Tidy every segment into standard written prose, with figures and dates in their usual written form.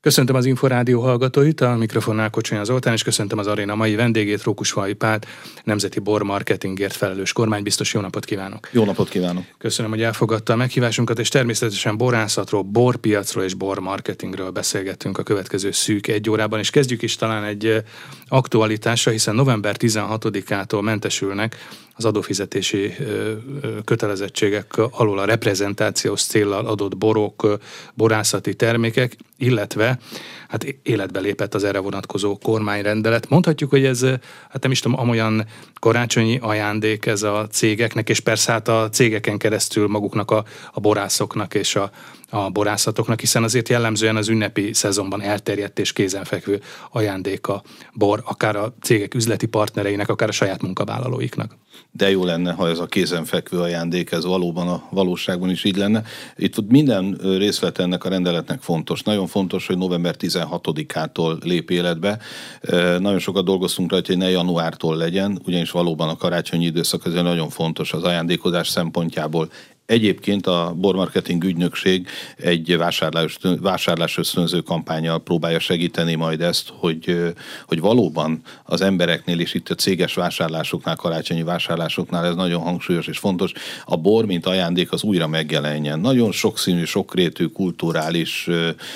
Köszöntöm az Inforádió hallgatóit, a mikrofonnál Kocsonya Zoltán, és köszöntöm az aréna mai vendégét, Rókusfalvi Pál, nemzeti bormarketingért felelős kormánybiztos. Jó napot kívánok! Jó napot kívánok! Köszönöm, hogy elfogadta a meghívásunkat, és természetesen borászatról, borpiacról és bormarketingről beszélgettünk a következő szűk egy órában, és kezdjük is talán egy aktualitással, hiszen november 16-ától mentesülnek az adófizetési kötelezettségek alól a reprezentációs céllal adott borok, borászati termékek, illetve hát életbe lépett az erre vonatkozó kormányrendelet. Mondhatjuk, hogy ez, hát nem is tudom, amolyan karácsonyi ajándék ez a cégeknek, és persze hát a cégeken keresztül maguknak a borászoknak és a borászatoknak, hiszen azért jellemzően az ünnepi szezonban elterjedt és kézenfekvő ajándék a bor, akár a cégek üzleti partnereinek, akár a saját munkavállalóiknak. De jó lenne, ha ez a kézenfekvő ajándék, ez valóban a valóságban is így lenne. Itt minden részlet ennek a rendeletnek fontos. Nagyon fontos, hogy november 16-ától lép életbe. Nagyon sokat dolgoztunk rajta, hogy ne januártól legyen, ugyanis valóban a karácsonyi időszak ez nagyon fontos az ajándékozás szempontjából. Egyébként a bormarketing ügynökség egy vásárlás ösztönző kampánnyal próbálja segíteni majd ezt, hogy valóban az embereknél és itt a céges vásárlásoknál, karácsonyi vásárlásoknál ez nagyon hangsúlyos és fontos. A bor, mint ajándék, az újra megjelenjen. Nagyon sokszínű, sokrétű, kulturális,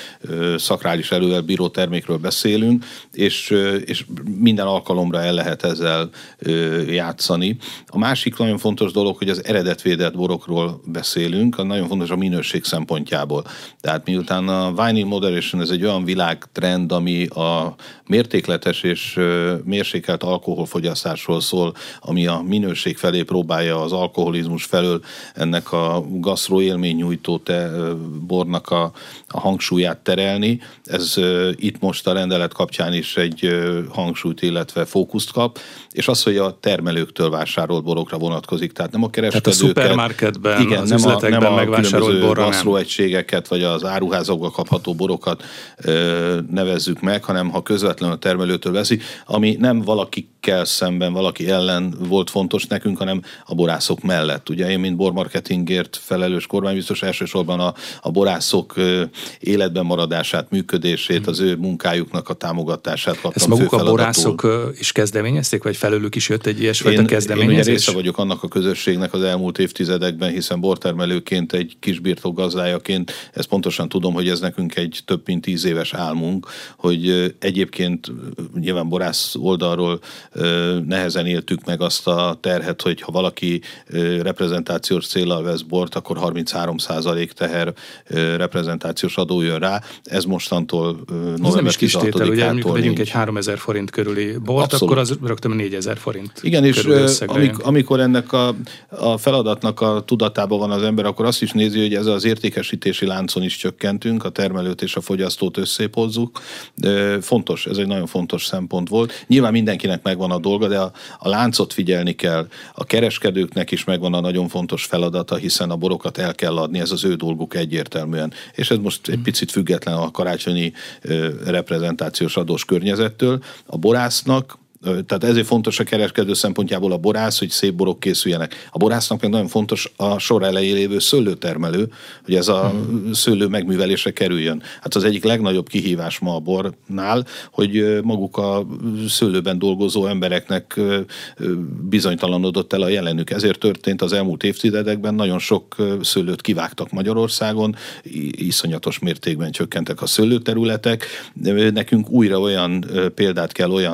szakrális erővel bíró termékről beszélünk, és minden alkalomra el lehet ezzel játszani. A másik nagyon fontos dolog, hogy az eredetvédett borokról beszélünk, az nagyon fontos a minőség szempontjából. Tehát miután a wine in moderation ez egy olyan világtrend, ami a mértékletes és mérsékelt alkoholfogyasztásról szól, ami a minőség felé próbálja az alkoholizmus felől ennek a gasztroélménynyújtó bornak a hangsúlyát terelni. Ez itt most a rendelet kapcsán is egy hangsúlyt, illetve fókuszt kap, és az, hogy a termelőktől vásárolt borokra vonatkozik, tehát nem a kereskedőket. Tehát a szupermarketben, igen, az üzletekben megvásárolt borra nem. Gasztroegységeket, vagy az áruházakban kapható borokat nevezzük meg, hanem ha közvetlenül a termelőtől veszi, ami nem valakikkel szemben, valaki ellen volt fontos nekünk, hanem a borászok mellett. Ugye én, mint bormarketingért felelős kormánybiztos, elsősorban a borászok életben maradását, működését, az ő munkájuknak a támogatását kaptam. Ezt maguk a borászok is kezdeményezték, vagy felőlük is jött egy ilyesfajta kezdeményezés? Én ugye része vagyok annak a közösségnek az elmúlt évtizedekben, hiszen bortermelőként, egy kisbirtok gazdájaként, ezt pontosan tudom, hogy ez nekünk egy több mint 10 éves álmunk, hogy egyébként nyilván borász oldalról nehezen éltük meg azt a terhet, hogy ha valaki reprezentációs céllal vesz bort, akkor 33% teher reprezentációs adó jön rá. Ez mostantól november 16-ától. Ugye mondjuk vegyünk egy 3000 forint körüli bort, abszolút. Akkor az rögtön 4000 forint. Igen, és amikor ennek a feladatnak a tudatában van az ember, akkor azt is nézi, hogy ez az értékesítési láncon is csökkentünk, a termelőt és a fogyasztót összébb hozzuk. Fontos, ez egy nagyon fontos szempont volt. Nyilván mindenkinek megvan a dolga, de a láncot figyelni kell. A kereskedőknek is megvan a nagyon fontos feladata, hiszen a borokat el kell adni, ez az ő dolguk egyértelműen. És ez most egy picit független a karácsonyi reprezentációs adós környezettől. A borásznak, tehát ezért fontos a kereskedő szempontjából a borász, hogy szép borok készüljenek. A borásznak meg nagyon fontos a sor elején lévő szőlőtermelő, hogy ez a szőlő megművelésre kerüljön. Hát az egyik legnagyobb kihívás ma a bornál, hogy maguk a szőlőben dolgozó embereknek bizonytalanodott el a jelenük. Ezért történt az elmúlt évtizedekben, nagyon sok szőlőt kivágtak Magyarországon, iszonyatos mértékben csökkentek a szőlőterületek. Nekünk újra olyan példát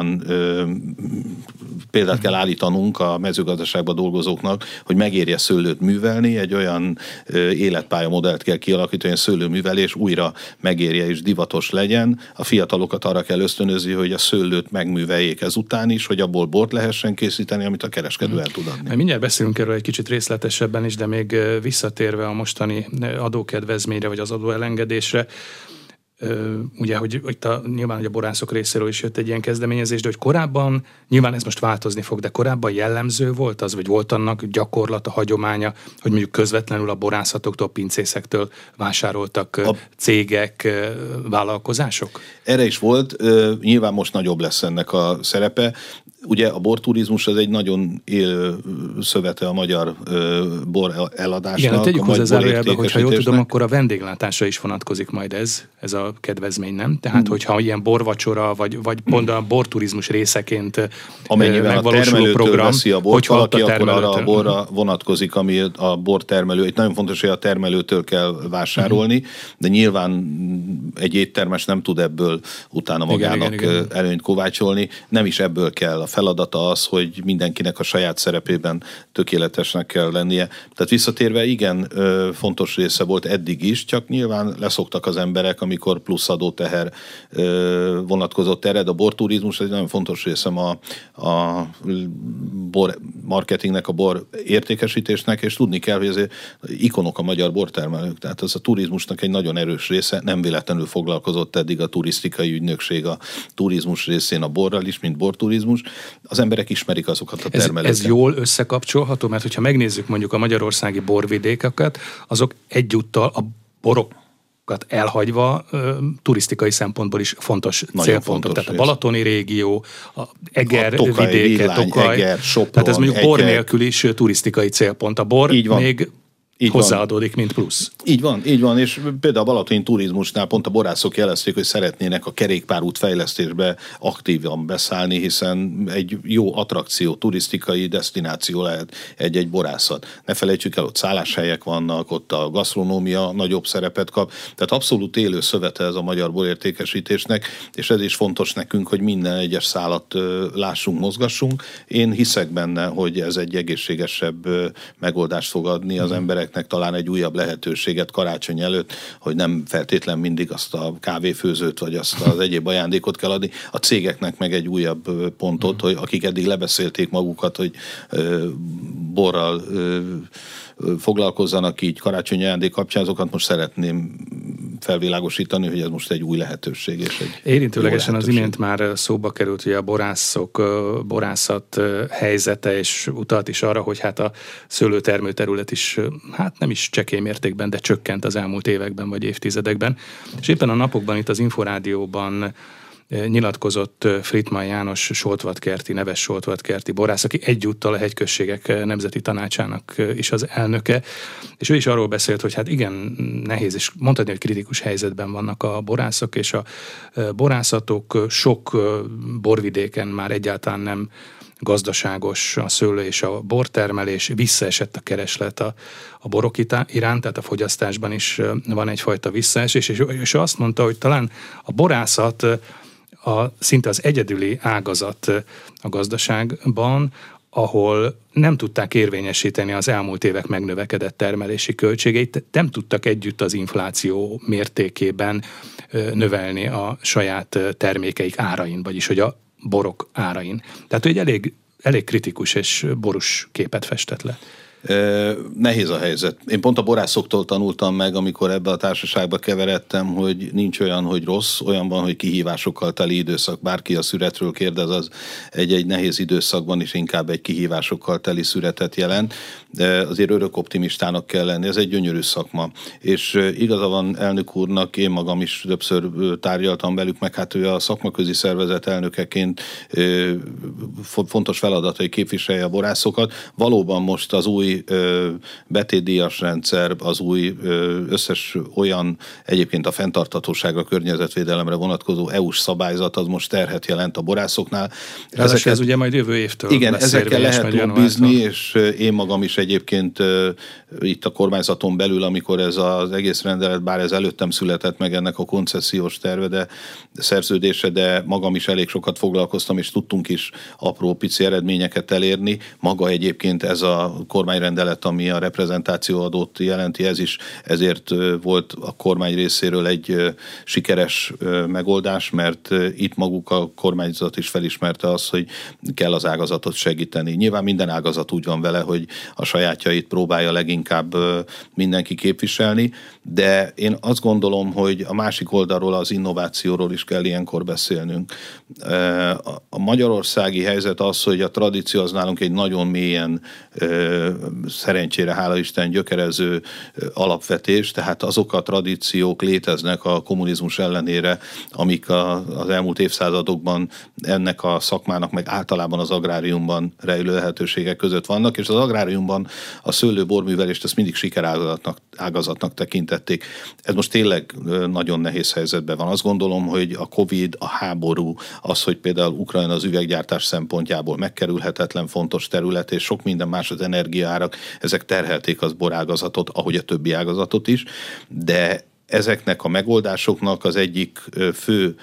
kell állítanunk a mezőgazdaságban dolgozóknak, hogy megérje szőlőt művelni, egy olyan életpályamodellt kell kialakítani, hogy a szőlőművelés újra megérje és divatos legyen. A fiatalokat arra kell ösztönözni, hogy a szőlőt megműveljék ezután is, hogy abból bort lehessen készíteni, amit a kereskedő el tud adni. Mindjárt beszélünk erről egy kicsit részletesebben is, de még visszatérve a mostani adókedvezményre, vagy az adóelengedésre, ugye, hogy nyilván hogy a borászok részéről is jött egy ilyen kezdeményezés, de hogy korábban, nyilván ez most változni fog, de korábban jellemző volt az, vagy volt annak gyakorlata, hagyománya, hogy mondjuk közvetlenül a borászatoktól, pincészektől vásároltak cégek, vállalkozások? Erre is volt, nyilván most nagyobb lesz ennek a szerepe. Ugye a borturizmus az egy nagyon élő szövete a magyar bor eladásnak. Igen, tegyük hozzá zárójelbe, hogyha jól tudom, akkor a vendéglátásra is vonatkozik majd ez a kedvezmény, nem? Tehát, hogyha ilyen borvacsora, vagy pont a borturizmus részeként megvalósuló program, veszi a bort, valaki, akkor arra a borra vonatkozik, ami a bortermelő. Itt nagyon fontos, hogy a termelőtől kell vásárolni, de nyilván egy éttermes nem tud ebből utána magának előnyt kovácsolni. Nem is ebből kell. A feladata az, hogy mindenkinek a saját szerepében tökéletesnek kell lennie. Tehát visszatérve, igen, fontos része volt eddig is, csak nyilván leszoktak az emberek, amikor plusz adóteher vonatkozott erre. A borturizmus egy nagyon fontos része a bor marketingnek, a bor értékesítésnek, és tudni kell, hogy ezért ikonok a magyar bortermelők. Tehát az a turizmusnak egy nagyon erős része, nem véletlenül foglalkozott eddig a turisztikai ügynökség a turizmus részén a borral is, mint borturizmus. Az emberek ismerik azokat a termelőket. Ez jól összekapcsolható, mert hogyha megnézzük mondjuk a magyarországi borvidékeket, azok egyúttal a borokat elhagyva turisztikai szempontból is fontos nagyon célpontok. Tehát a balatoni régió, a Eger vidéke, Tokaj. Eger, Sopron, tehát ez mondjuk bor nélkül is turisztikai célpont. A bor még hozzáadódik, mint plusz. Így van, és például a balatoni turizmusnál pont a borászok jelezték, hogy szeretnének a kerékpárút fejlesztésbe aktívan beszállni, hiszen egy jó attrakció, turisztikai desztináció lehet egy borászat. Ne felejtsük el, ott szálláshelyek vannak, ott a gasztronómia nagyobb szerepet kap, tehát abszolút élő szövete ez a magyar borértékesítésnek, és ez is fontos nekünk, hogy minden egyes szálat lássunk, mozgassunk. Én hiszek benne, hogy ez egy egészségesebb megoldást fog adni az embereknek, talán egy újabb lehetőséget karácsony előtt, hogy nem feltétlen mindig azt a kávéfőzőt, vagy azt az egyéb ajándékot kell adni. A cégeknek meg egy újabb pontot, hogy akik eddig lebeszélték magukat, hogy borral foglalkozzanak így karácsonyi ajándék kapcsán, azokat most szeretném felvilágosítani, hogy ez most egy új lehetőség. És egy érintőlegesen az imént már szóba került, hogy a borászat helyzete, és utalt is arra, hogy hát a szőlőtermő terület is, hát nem is csekély mértékben, de csökkent az elmúlt években vagy évtizedekben. És éppen a napokban itt az Inforádióban nyilatkozott Frittmann János neves soltvatkerti borász, aki egyúttal a Hegyközségek Nemzeti Tanácsának is az elnöke, és ő is arról beszélt, hogy hát igen, nehéz, és mondhatni, hogy kritikus helyzetben vannak a borászok, és a borászatok sok borvidéken már egyáltalán nem gazdaságos a szőlő és a bortermelés, visszaesett a kereslet a borok iránt, tehát a fogyasztásban is van egyfajta visszaesés, és azt mondta, hogy talán a borászat szinte az egyedüli ágazat a gazdaságban, ahol nem tudták érvényesíteni az elmúlt évek megnövekedett termelési költségeit, nem tudtak együtt az infláció mértékében növelni a saját termékeik árain, vagyis hogy a borok árain. Tehát egy elég kritikus és borús képet festett le. Nehéz a helyzet. Én pont a borászoktól tanultam meg, amikor ebbe a társaságba keveredtem, hogy nincs olyan, hogy rossz, olyan van, hogy kihívásokkal teli időszak. Bárki a szüretről kérdez, az egy nehéz időszakban is inkább egy kihívásokkal teli szüretet jelent. De azért örök optimistának kell lenni. Ez egy gyönyörű szakma. És igaza van elnök úrnak, én magam is többször tárgyaltam velük, meg hát ő a szakmaközi szervezet elnökeként fontos feladat, hogy képviselje a borászokat. Valóban most az új betétdíjas rendszer, az új összes olyan egyébként a fenntarthatóságra, környezetvédelemre vonatkozó EU-s szabályzat, az most terhet jelent a borászoknál. Ez ugye majd jövő évtől igen, ezekkel lehet lobbizni, és én magam is egyébként itt a kormányzaton belül, amikor ez az egész rendelet, bár ez előttem született meg ennek a koncesziós terve, de szerződése, de magam is elég sokat foglalkoztam, és tudtunk is apró pici eredményeket elérni. Maga egyébként ez a kormányrendelet, ami a reprezentációadót jelenti, ez is ezért volt a kormány részéről egy sikeres megoldás, mert itt maguk a kormányzat is felismerte azt, hogy kell az ágazatot segíteni. Nyilván minden ágazat úgy van vele, hogy a sajátjait próbálja leginkább mindenki képviselni, de én azt gondolom, hogy a másik oldalról, az innovációról is kell ilyenkor beszélnünk. A magyarországi helyzet az, hogy a tradíció az nálunk egy nagyon mélyen szerencsére, hála Isten, gyökerező alapvetés, tehát azok a tradíciók léteznek a kommunizmus ellenére, amik az elmúlt évszázadokban ennek a szakmának, meg általában az agráriumban rejlő lehetőségek között vannak, és az agráriumban a szőlő-borművelést ezt mindig sikerágazatnak tekintették. Ez most tényleg nagyon nehéz helyzetben van. Azt gondolom, hogy a Covid, a háború, az, hogy például Ukrajna az üveggyártás szempontjából megkerülhetetlen fontos terület, és sok minden más, az energiaárak, ezek terhelték az borágazatot, ahogy a többi ágazatot is, de ezeknek a megoldásoknak az egyik fő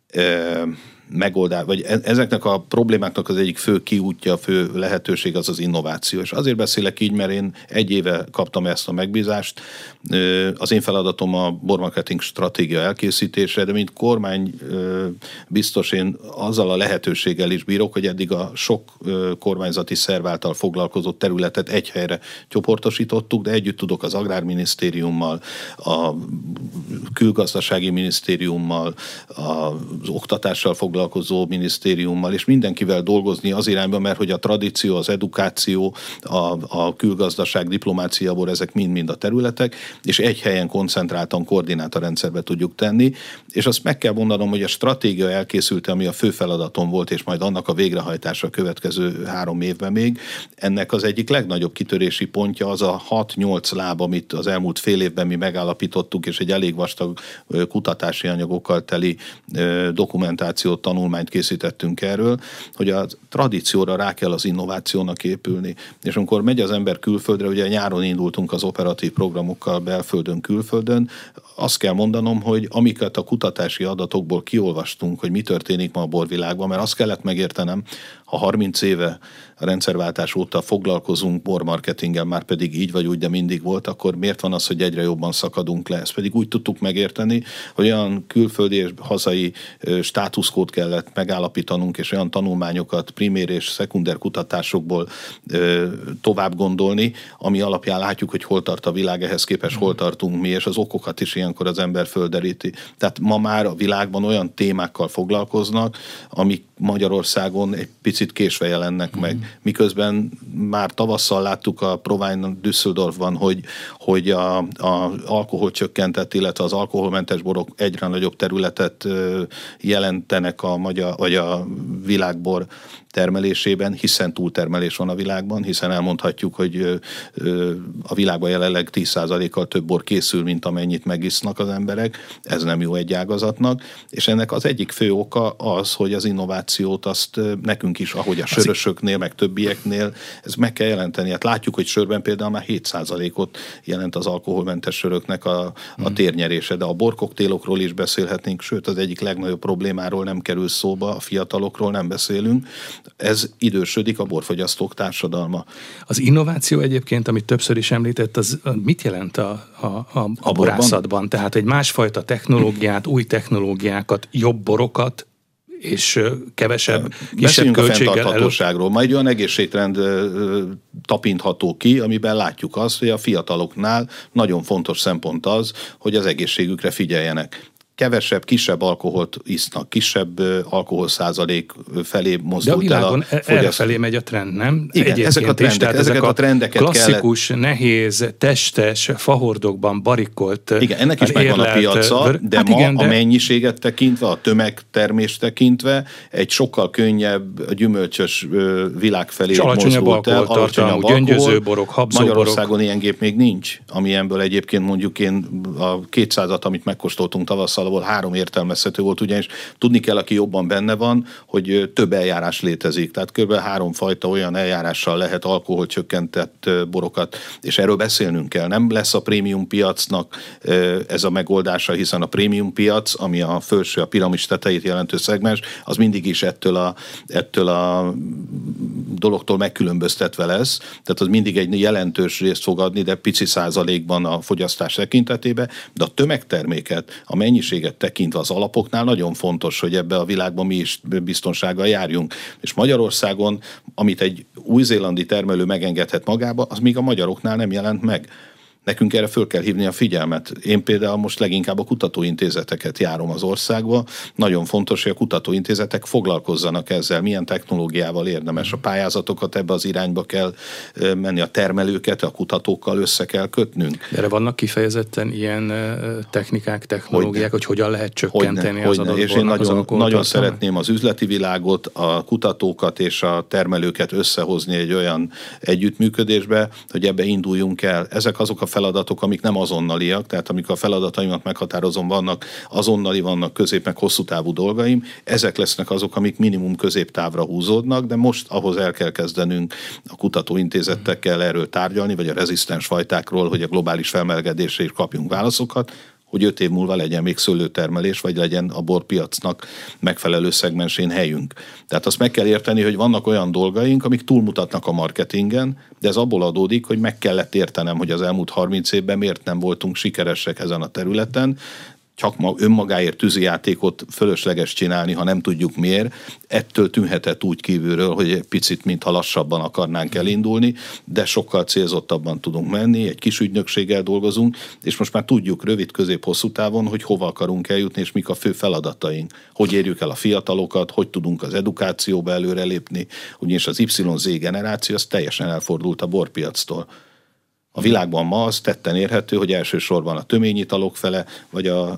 megoldás, vagy ezeknek a problémáknak az egyik fő kiútja, fő lehetőség az innováció. És azért beszélek így, mert én 1 éve kaptam ezt a megbízást. Az én feladatom a bormarketing stratégia elkészítése, de mint kormány biztos én azzal a lehetőséggel is bírok, hogy eddig a sok kormányzati szerv által foglalkozott területet egy helyre csoportosítottuk, de együtt tudok az Agrárminisztériummal, a Külgazdasági Minisztériummal, az oktatással foglalkozó minisztériummal, és mindenkivel dolgozni az irányba, mert hogy a tradíció, az edukáció, a külgazdaság, diplomáciából ezek mind-mind a területek, és egy helyen koncentráltan koordinátorrendszerbe tudjuk tenni, és azt meg kell mondanom, hogy a stratégia elkészülte, ami a fő feladatom volt, és majd annak a végrehajtása a következő 3 évben még. Ennek az egyik legnagyobb kitörési pontja az a 6-8 láb, amit az elmúlt fél évben mi megállapítottuk, és egy elég vastag kutatási anyagokkal teli dokumentációt, tanulmányt készítettünk erről, hogy a tradícióra rá kell az innovációnak épülni. És amikor megy az ember külföldre, ugye nyáron indultunk az operatív programokkal belföldön, külföldön, azt kell mondanom, hogy amiket a kutatási adatokból kiolvastunk, hogy mi történik ma a borvilágban, mert azt kellett megértenem, ha 30 éve a rendszerváltás óta foglalkozunk bormarketinggel, már pedig így vagy úgy, de mindig volt, akkor miért van az, hogy egyre jobban szakadunk le? Ezt pedig úgy tudtuk megérteni, hogy olyan külföldi és hazai státuszkót kellett megállapítanunk, és olyan tanulmányokat primér és szekunder kutatásokból tovább gondolni, ami alapján látjuk, hogy hol tart a világ, ehhez képest hol tartunk mi, és az okokat is ilyenkor az ember földeríti. Tehát ma már a világban olyan témákkal foglalkoznak, amik Magyarországon egy picit késve jelennek meg. Miközben már tavasszal láttuk a Provine Düsseldorfban, hogy a alkoholcsökkentett, illetve az alkoholmentes borok egyre nagyobb területet jelentenek a magyar vagy a világbor termelésében, hiszen túltermelés van a világban, hiszen elmondhatjuk, hogy a világban jelenleg 10%-kal több bor készül, mint amennyit megisznak az emberek. Ez nem jó egy ágazatnak, és ennek az egyik fő oka az, hogy az innovációt azt nekünk is, ahogy a sörösöknél, meg többieknél, ez meg kell jelenteni. Hát látjuk, hogy sörben például már 7%-ot jelent az alkoholmentes söröknek a térnyerése, de a borkoktélokról is beszélhetnénk, sőt az egyik legnagyobb problémáról nem kerül szóba, a fiatalokról nem beszélünk. Ez idősödik a borfogyasztók társadalma. Az innováció egyébként, amit többször is említett, az mit jelent a borászatban? Tehát egy másfajta technológiát, új technológiákat, jobb borokat, és kevesebb, kisebb költséggel. A fenntarthatóságról. Ma egy olyan egészségtrend tapintható ki, amiben látjuk azt, hogy a fiataloknál nagyon fontos szempont az, hogy az egészségükre figyeljenek. Kevesebb, kisebb alkoholt isznak, kisebb alkoholszázalék felé mozdult el a fogyasztás. Erre felé megy a trend, nem? Igen, ezeket a trendeket klasszikus, nehéz, testes, fahordokban barikkolt. Igen, ennek is megvan a piaca, de a mennyiséget tekintve, a tömegtermést tekintve egy sokkal könnyebb, gyümölcsös világ felé mozdult el. Alacsonyabb gyöngyözőborok, habzóborok. Magyarországon ilyen gép még nincs, amilyenből egyébként mondjuk én a 200-at, amit megkóstoltunk tavasszal, ahol 3 értelmezhető volt, ugyanis tudni kell, aki jobban benne van, hogy több eljárás létezik. Tehát kb. 3 fajta olyan eljárással lehet alkoholcsökkentett borokat, és erről beszélnünk kell. Nem lesz a prémium piacnak ez a megoldása, hiszen a prémium piac, ami a felső, a piramis tetejét jelentő szegmens, az mindig is ettől a dologtól megkülönböztetve lesz. Tehát az mindig egy jelentős részt fog adni, de pici százalékban a fogyasztás tekintetében, de a tömegterméket, a mennyiséget tekintve az alapoknál nagyon fontos, hogy ebbe a világban mi is biztonsággal járjunk. És Magyarországon, amit egy új-zélandi termelő megengedhet magába, az még a magyaroknál nem jelent meg. Nekünk erre föl kell hívni a figyelmet. Én például most leginkább a kutatóintézeteket járom az országba. Nagyon fontos, hogy a kutatóintézetek foglalkozzanak ezzel, milyen technológiával érdemes. A pályázatokat ebbe az irányba kell menni, a termelőket a kutatókkal össze kell kötnünk. Erre vannak kifejezetten ilyen technikák, technológiák, hogy hogyan lehet csökkenteni az adott És én nagyon szeretném az üzleti világot, a kutatókat és a termelőket összehozni egy olyan együttműködésbe, hogy ebbe induljunk el. Ezek azok a feladatok, amik nem azonnaliak, tehát amikor a feladataimat meghatározom, vannak azonnali, vannak közép, meg hosszú távú dolgaim, ezek lesznek azok, amik minimum középtávra húzódnak, de most ahhoz el kell kezdenünk a kutatóintézetekkel erről tárgyalni, vagy a rezisztens fajtákról, hogy a globális felmelegedésre is kapjunk válaszokat, hogy 5 év múlva legyen még szőlőtermelés, vagy legyen a borpiacnak megfelelő szegmensén helyünk. Tehát azt meg kell érteni, hogy vannak olyan dolgaink, amik túlmutatnak a marketingen, de ez abból adódik, hogy meg kellett értenem, hogy az elmúlt 30 évben miért nem voltunk sikeresek ezen a területen, csak önmagáért tűzijátékot fölösleges csinálni, ha nem tudjuk miért. Ettől tűnhetett úgy kívülről, hogy egy picit, mintha lassabban akarnánk elindulni, de sokkal célzottabban tudunk menni, egy kis ügynökséggel dolgozunk, és most már tudjuk rövid, közép, hosszú távon, hogy hova akarunk eljutni, és mik a fő feladataink. Hogy érjük el a fiatalokat, hogy tudunk az edukációba előrelépni, ugyanis az YZ generáció az teljesen elfordult a borpiactól. A világban ma az tetten érhető, hogy elsősorban a töményitalok fele, vagy a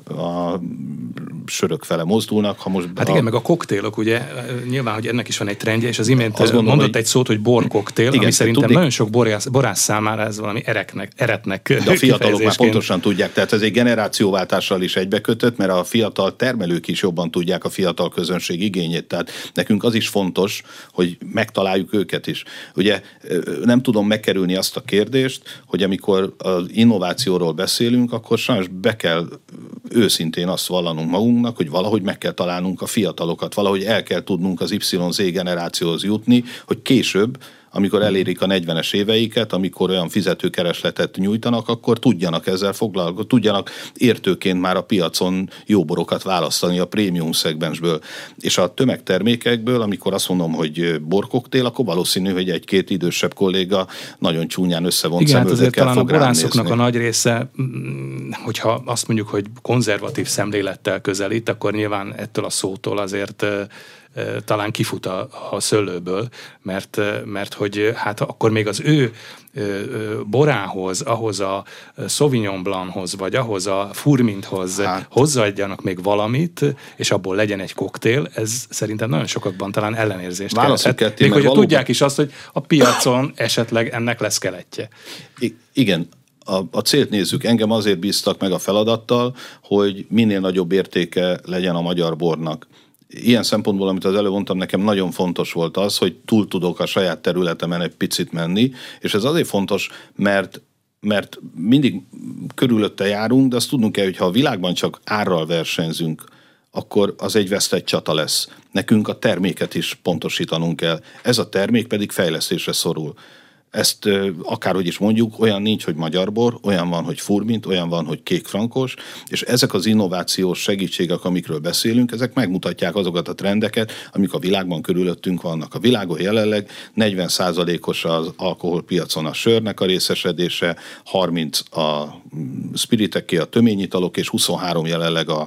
sörök fele mozdulnak. Ha most hát igen, meg a koktélok, ugye, nyilván, hogy ennek is van egy trendje, és az imént mondott egy szót, hogy borkoktél, ami szerintem nagyon sok borász számára ez valami eretnek. De a fiatalok már pontosan tudják, tehát ez egy generációváltással is egybekötött, mert a fiatal termelők is jobban tudják a fiatal közönség igényét, tehát nekünk az is fontos, hogy megtaláljuk őket is. Ugye nem tudom megkerülni azt a kérdést, hogy amikor az innovációról beszélünk, akkor sajnos be kell őszintén azt vallanunk magunknak, hogy valahogy meg kell találnunk a fiatalokat, valahogy el kell tudnunk az YZ generációhoz jutni, hogy később, amikor elérik a 40-es éveiket, amikor olyan fizetőkeresletet nyújtanak, akkor tudjanak ezzel foglalkozni, tudjanak értőként már a piacon jó borokat választani a prémium szegmensből. És a tömegtermékekből, amikor azt mondom, hogy borkoktél, akkor valószínű, hogy egy-két idősebb kolléga nagyon csúnyán összevont szemöldökkel fog rám nézni. Talán a borászoknak a nagy része, hogyha azt mondjuk, hogy konzervatív szemlélettel közelít, akkor nyilván ettől a szótól azért talán kifut a szőlőből, mert hogy hát akkor még az ő borához, ahhoz a Sauvignon Blanchoz, vagy ahhoz a Furminthoz hozzáadjanak még valamit, és abból legyen egy koktél, ez szerintem nagyon sokakban talán ellenérzést kelthet. Még hogyha tudják is azt, hogy a piacon esetleg ennek lesz keletje. Igen. A célt nézzük, engem azért bíztak meg a feladattal, hogy minél nagyobb értéke legyen a magyar bornak. Ilyen szempontból, amit az előbb mondtam, nekem nagyon fontos volt az, hogy túl tudok a saját területemen egy picit menni, és ez azért fontos, mert mindig körülötte járunk, de azt tudnunk kell, hogy ha a világban csak árral versenyzünk, akkor az egy vesztett csata lesz. Nekünk a terméket is pontosítanunk kell. Ez a termék pedig fejlesztésre szorul. Ezt akárhogy is mondjuk, olyan nincs, hogy magyar bor, olyan van, hogy furmint, olyan van, hogy kékfrankos, és ezek az innovációs segítségek, amikről beszélünk, ezek megmutatják azokat a trendeket, amik a világban körülöttünk vannak. A világon jelenleg 40%-os az alkoholpiacon a sörnek a részesedése, 30 a spiriteké, a töményitalok, és 23 jelenleg a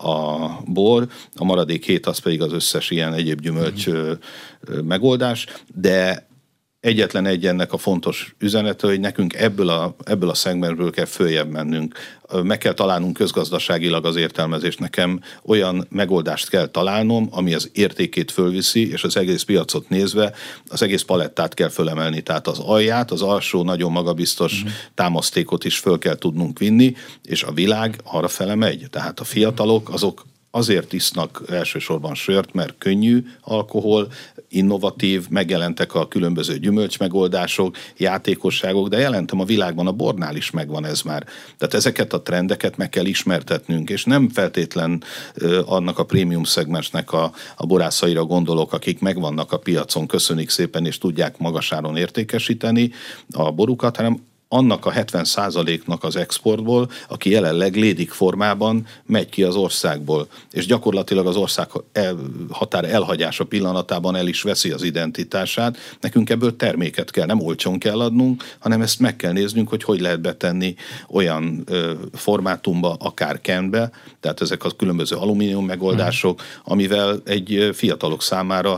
bor, a maradék 7 az pedig az összes ilyen egyéb gyümölcs megoldás, de egyetlen egy ennek a fontos üzenete, hogy nekünk ebből a szegmensből kell följebb mennünk. Meg kell találnunk közgazdaságilag az értelmezést. Nekem olyan megoldást kell találnom, ami az értékét fölviszi, és az egész piacot nézve az egész palettát kell fölemelni. Tehát az alját, az alsó nagyon magabiztos támasztékot is föl kell tudnunk vinni, és a világ arra fele megy. Tehát a fiatalok azok azért isznak elsősorban sört, mert könnyű alkohol, innovatív, megjelentek a különböző gyümölcsmegoldások, játékosságok, de jelentem a világban a bornál is megvan ez már. Tehát ezeket a trendeket meg kell ismertetnünk, és nem feltétlen annak a prémium szegmensnek a borászaira gondolok, akik megvannak a piacon, köszönik szépen, és tudják magasáron értékesíteni a borukat, hanem annak a 70%-nak az exportból, aki jelenleg lédik formában megy ki az országból, és gyakorlatilag az ország határ elhagyása pillanatában el is veszi az identitását. Nekünk ebből terméket kell, nem olcsón kell adnunk, hanem ezt meg kell néznünk, hogy lehet betenni olyan formátumba, akár kenbe, tehát ezek a különböző alumínium megoldások, amivel egy fiatalok számára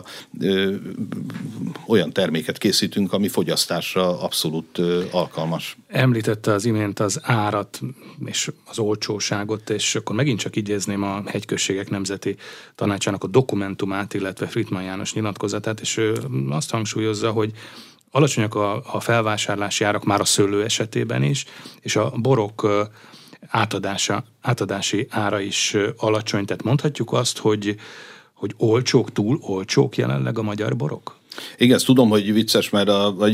olyan terméket készítünk, ami fogyasztásra abszolút alkalmas. Említette az imént az árat és az olcsóságot, és akkor megint csak idézném a Hegyközségek Nemzeti Tanácsának a dokumentumát, illetve Frittmann János nyilatkozatát, és ő azt hangsúlyozza, hogy alacsonyak a felvásárlási árak már a szőlő esetében is, és a borok átadási ára is alacsony. Tehát mondhatjuk azt, hogy olcsók, túl olcsók jelenleg a magyar borok? Igen, ezt tudom, hogy vicces, mert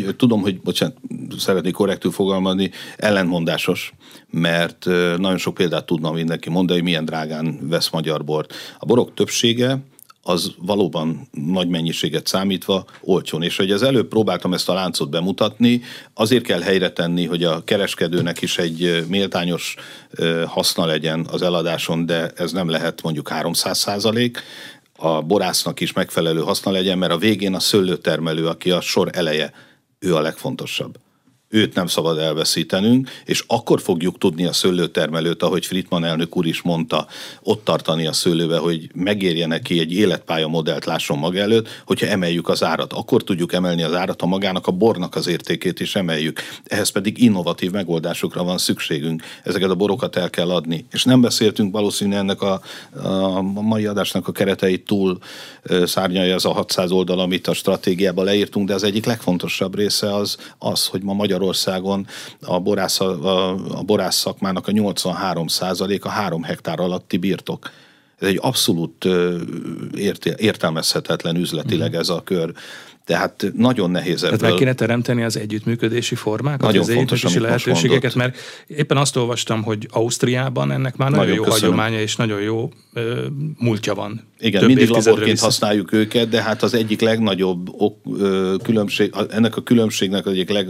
szeretnék korrektül fogalmazni, ellentmondásos, mert nagyon sok példát tudna mindenki mondani, hogy milyen drágán vesz magyar bort. A borok többsége az valóban nagy mennyiséget számítva olcsón. És hogy az előbb próbáltam ezt a láncot bemutatni, azért kell helyre tenni, hogy a kereskedőnek is egy méltányos haszna legyen az eladáson, de ez nem lehet mondjuk 300%, a borásznak is megfelelő haszna legyen, mert a végén a szőlőtermelő, aki a sor eleje, ő a legfontosabb. Őt nem szabad elveszítenünk, és akkor fogjuk tudni a szőlőtermelőt, ahogy Frittmann elnök úr is mondta, ott tartani a szőlőbe, hogy megérje neki egy életpálya modellt lásson maga előtt, hogyha emeljük az árat. Akkor tudjuk emelni az árat, a magának a bornak az értékét is emeljük. Ehhez pedig innovatív megoldásokra van szükségünk. Ezeket a borokat el kell adni. És nem beszéltünk valószínűleg ennek a mai adásnak a kereteit túl szárnyalja az a 600 oldal, amit a stratégiában leírtunk, de az egyik legfontosabb része az, hogy ma Magyarországon a borász szakmának a 83% a 3 hektár alatti birtok. Ez egy abszolút értelmezhetetlen üzletileg ez a kör. Tehát nagyon nehéz ebből. Tehát meg kéne teremteni az együttműködési formákat, nagyon az együttműködési lehetőségeket, mert éppen azt olvastam, hogy Ausztriában ennek már nagyon jó hagyománya és nagyon jó múltja van. Igen, mindig laborként használjuk őket, de hát az egyik legnagyobb különbség, ennek a különbségnek az egyik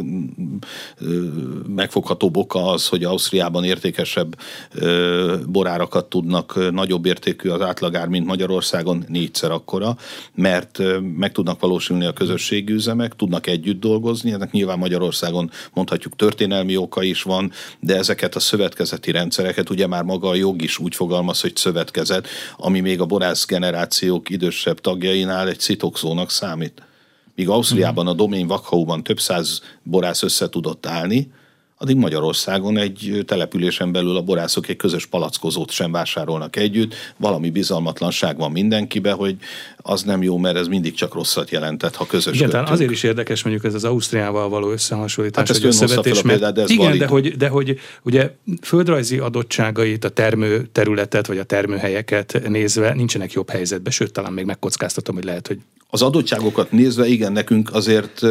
legmegfoghatóbb oka az, hogy Ausztriában értékesebb borárakat tudnak, nagyobb értékű az átlagár, mint Magyarországon, 4-szer akkora, mert meg tudnak valósulni a közösségi üzemek, tudnak együtt dolgozni, ennek nyilván Magyarországon mondhatjuk történelmi oka is van, de ezeket a szövetkezeti rendszereket, ugye már maga a jog is úgy fogalmaz, hogy szövetkezet, ami még a borász generációk idősebb tagjainál egy szitokszónak számít. Míg Ausztriában a Domain Waghauban több száz borász össze tudott állni, addig Magyarországon egy településen belül a borászok egy közös palackozót sem vásárolnak együtt. Valami bizalmatlanság van mindenkibe, hogy az nem jó, mert ez mindig csak rosszat jelentett, ha közös. Igen, talán azért is érdekes mondjuk ez az Ausztriával való összehasonlítás. Hát ezt összevetés, példát, de ez igen, de hogy ugye földrajzi adottságait, a termőterületet vagy a termőhelyeket nézve nincsenek jobb helyzetben, sőt, talán még megkockáztatom, hogy lehet, hogy az adottságokat nézve, igen, nekünk azért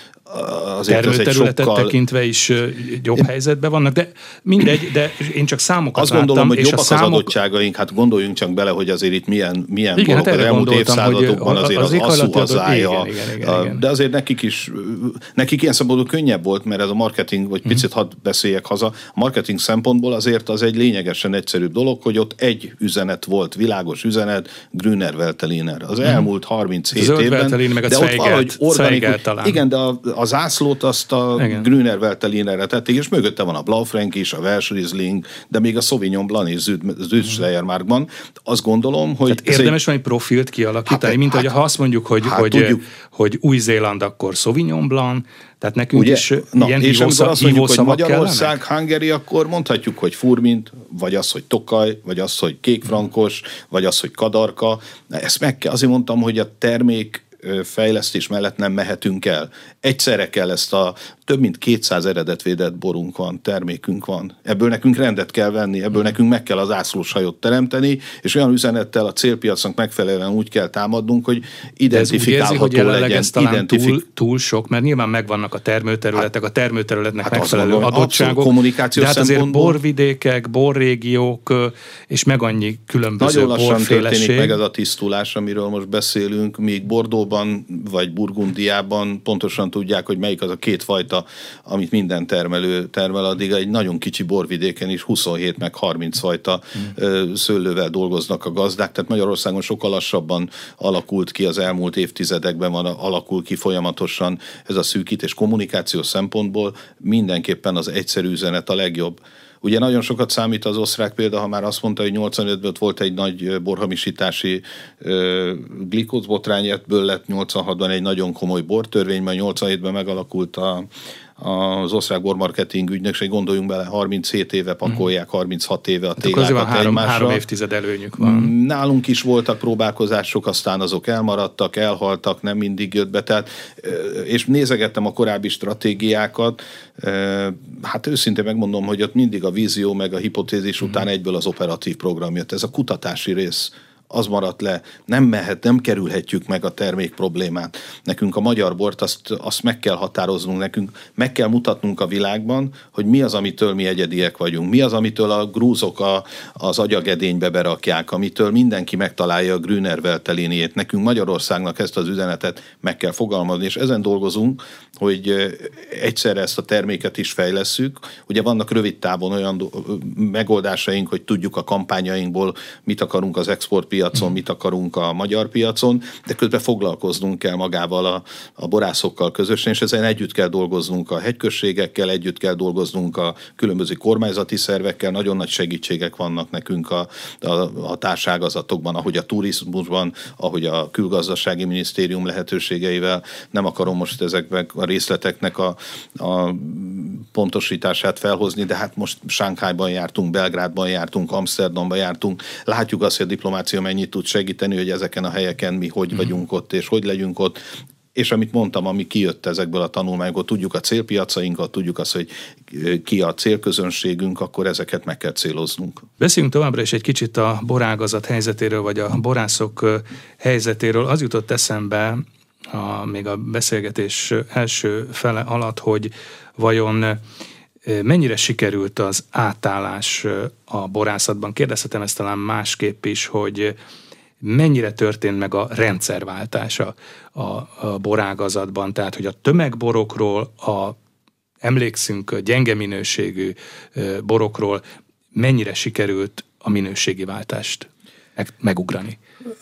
termőterületet sokkal tekintve is jobb helyzetben vannak, de mindegy, de én csak számokat azt láttam. Gondolom, hogy jobbak az adottságaink, hát gondoljunk csak bele, hogy azért itt milyen igen, borok hát az elmúlt évszázadokban azért az asszú, a zája, igen. De azért nekik ilyen szempontból könnyebb volt, mert ez a marketing, vagy picit hadd beszéljek haza, a marketing szempontból azért az egy lényegesen egyszerűbb dolog, hogy ott egy üzenet volt, világos üzenet, Grüner Veltliner. Az elmúlt 37 évben, meg de ott valahogy organikus, igen, de a zászlót azt a Grüner Veltlinerre tették, és mögötte van a Blaufränk is, a Welsch Riesling, de még a Sauvignon Blanc és Südschleiermarkban. Azt gondolom, hogy... Tehát érdemes valami profilt kialakítani, mint hogy ha azt mondjuk, hogy Új-Zéland, akkor Sauvignon Blanc, tehát nekünk ugye, is ilyen és amikor azt mondjuk, hogy Magyarország, kellenek? Hungary, akkor mondhatjuk, hogy Furmint, vagy az, hogy Tokaj, vagy az, hogy kékfrankos, vagy az, hogy Kadarka. Ezt meg kell. Azért mondtam, hogy a termék fejlesztés mellett nem mehetünk el. Egyszerre kell ezt a több mint 200 eredetvédett borunk van, termékünk van. Ebből nekünk rendet kell venni, ebből nekünk meg kell az ászlóshajót teremteni, és olyan üzenettel a célpiacnak megfelelően úgy kell támadnunk, hogy identifikálható legyen. Ez talán túl sok, mert nyilván megvannak a termőterületek, a termőterületnek megfelelő adottságok, kommunikációs de hát azért borvidékek, borrégiók, és meg annyi különböző borféleség. Nagyon lassan történik meg ez a tisztulás, amiről most beszélünk, míg Bordeauxban vagy Burgundiában pontosan tudják, hogy melyik az a két fajta fajta, amit minden termelő termel, addig egy nagyon kicsi borvidéken is 27 meg 30 fajta szőlővel dolgoznak a gazdák, tehát Magyarországon sokkal lassabban alakult ki az elmúlt évtizedekben, alakul ki folyamatosan ez a szűkítés kommunikációs szempontból, mindenképpen az egyszerű üzenet a legjobb. Ugye nagyon sokat számít az osztrák példa, ha már azt mondta, hogy 85-ben volt egy nagy borhamisítási glikózbotrány, ebből lett 86-ban egy nagyon komoly bortörvény, majd 87-ben megalakult az osztrák bormarketing ügynökség, gondoljunk bele, 37 éve pakolják, 36 éve a télákat egymásra. 3 évtized előnyük van. Nálunk is voltak próbálkozások, aztán azok elmaradtak, elhaltak, nem mindig jött be, tehát, és nézegettem a korábbi stratégiákat, hát őszintén megmondom, hogy ott mindig a vízió meg a hipotézis után egyből az operatív program jött. Ez a kutatási rész, az maradt le, nem kerülhetjük meg a termék problémát. Nekünk a magyar bort azt meg kell határoznunk, nekünk meg kell mutatnunk a világban, hogy mi az, amitől mi egyediek vagyunk, mi az, amitől a grúzok az agyagedénybe berakják, amitől mindenki megtalálja a Grüner Veltliniét. Nekünk Magyarországnak ezt az üzenetet meg kell fogalmazni, és ezen dolgozunk, hogy egyszerre ezt a terméket is fejlesszük. Ugye vannak rövid távon olyan megoldásaink, hogy tudjuk a kampányainkból, mit akarunk az exportpiacon, mit akarunk a magyar piacon, de közben foglalkoznunk kell magával a borászokkal közösen, és ezen együtt kell dolgoznunk a hegyközségekkel, együtt kell dolgoznunk a különböző kormányzati szervekkel, nagyon nagy segítségek vannak nekünk a társágazatokban, ahogy a turizmusban, ahogy a külgazdasági minisztérium lehetőségeivel. Nem akarom most ezekben a részleteknek a pontosítását felhozni, de hát most Sánkhájban jártunk, Belgrádban jártunk, Amsterdamban jártunk. Látjuk azt, hogy a diplomácia mennyit tud segíteni, hogy ezeken a helyeken mi hogy vagyunk ott, és hogy legyünk ott. És amit mondtam, ami kijött ezekből a tanulmányokból, tudjuk a célpiacainkat, tudjuk azt, hogy ki a célközönségünk, akkor ezeket meg kell céloznunk. Beszéljünk továbbra is egy kicsit a borágazat helyzetéről, vagy a borászok helyzetéről. Az jutott eszembe még a beszélgetés első fele alatt, hogy vajon mennyire sikerült az átállás a borászatban. Kérdezhetem ezt talán másképp is, hogy mennyire történt meg a rendszerváltás a borágazatban, tehát hogy a tömegborokról, emlékszünk a gyenge minőségű borokról, mennyire sikerült a minőségi váltást megugrani?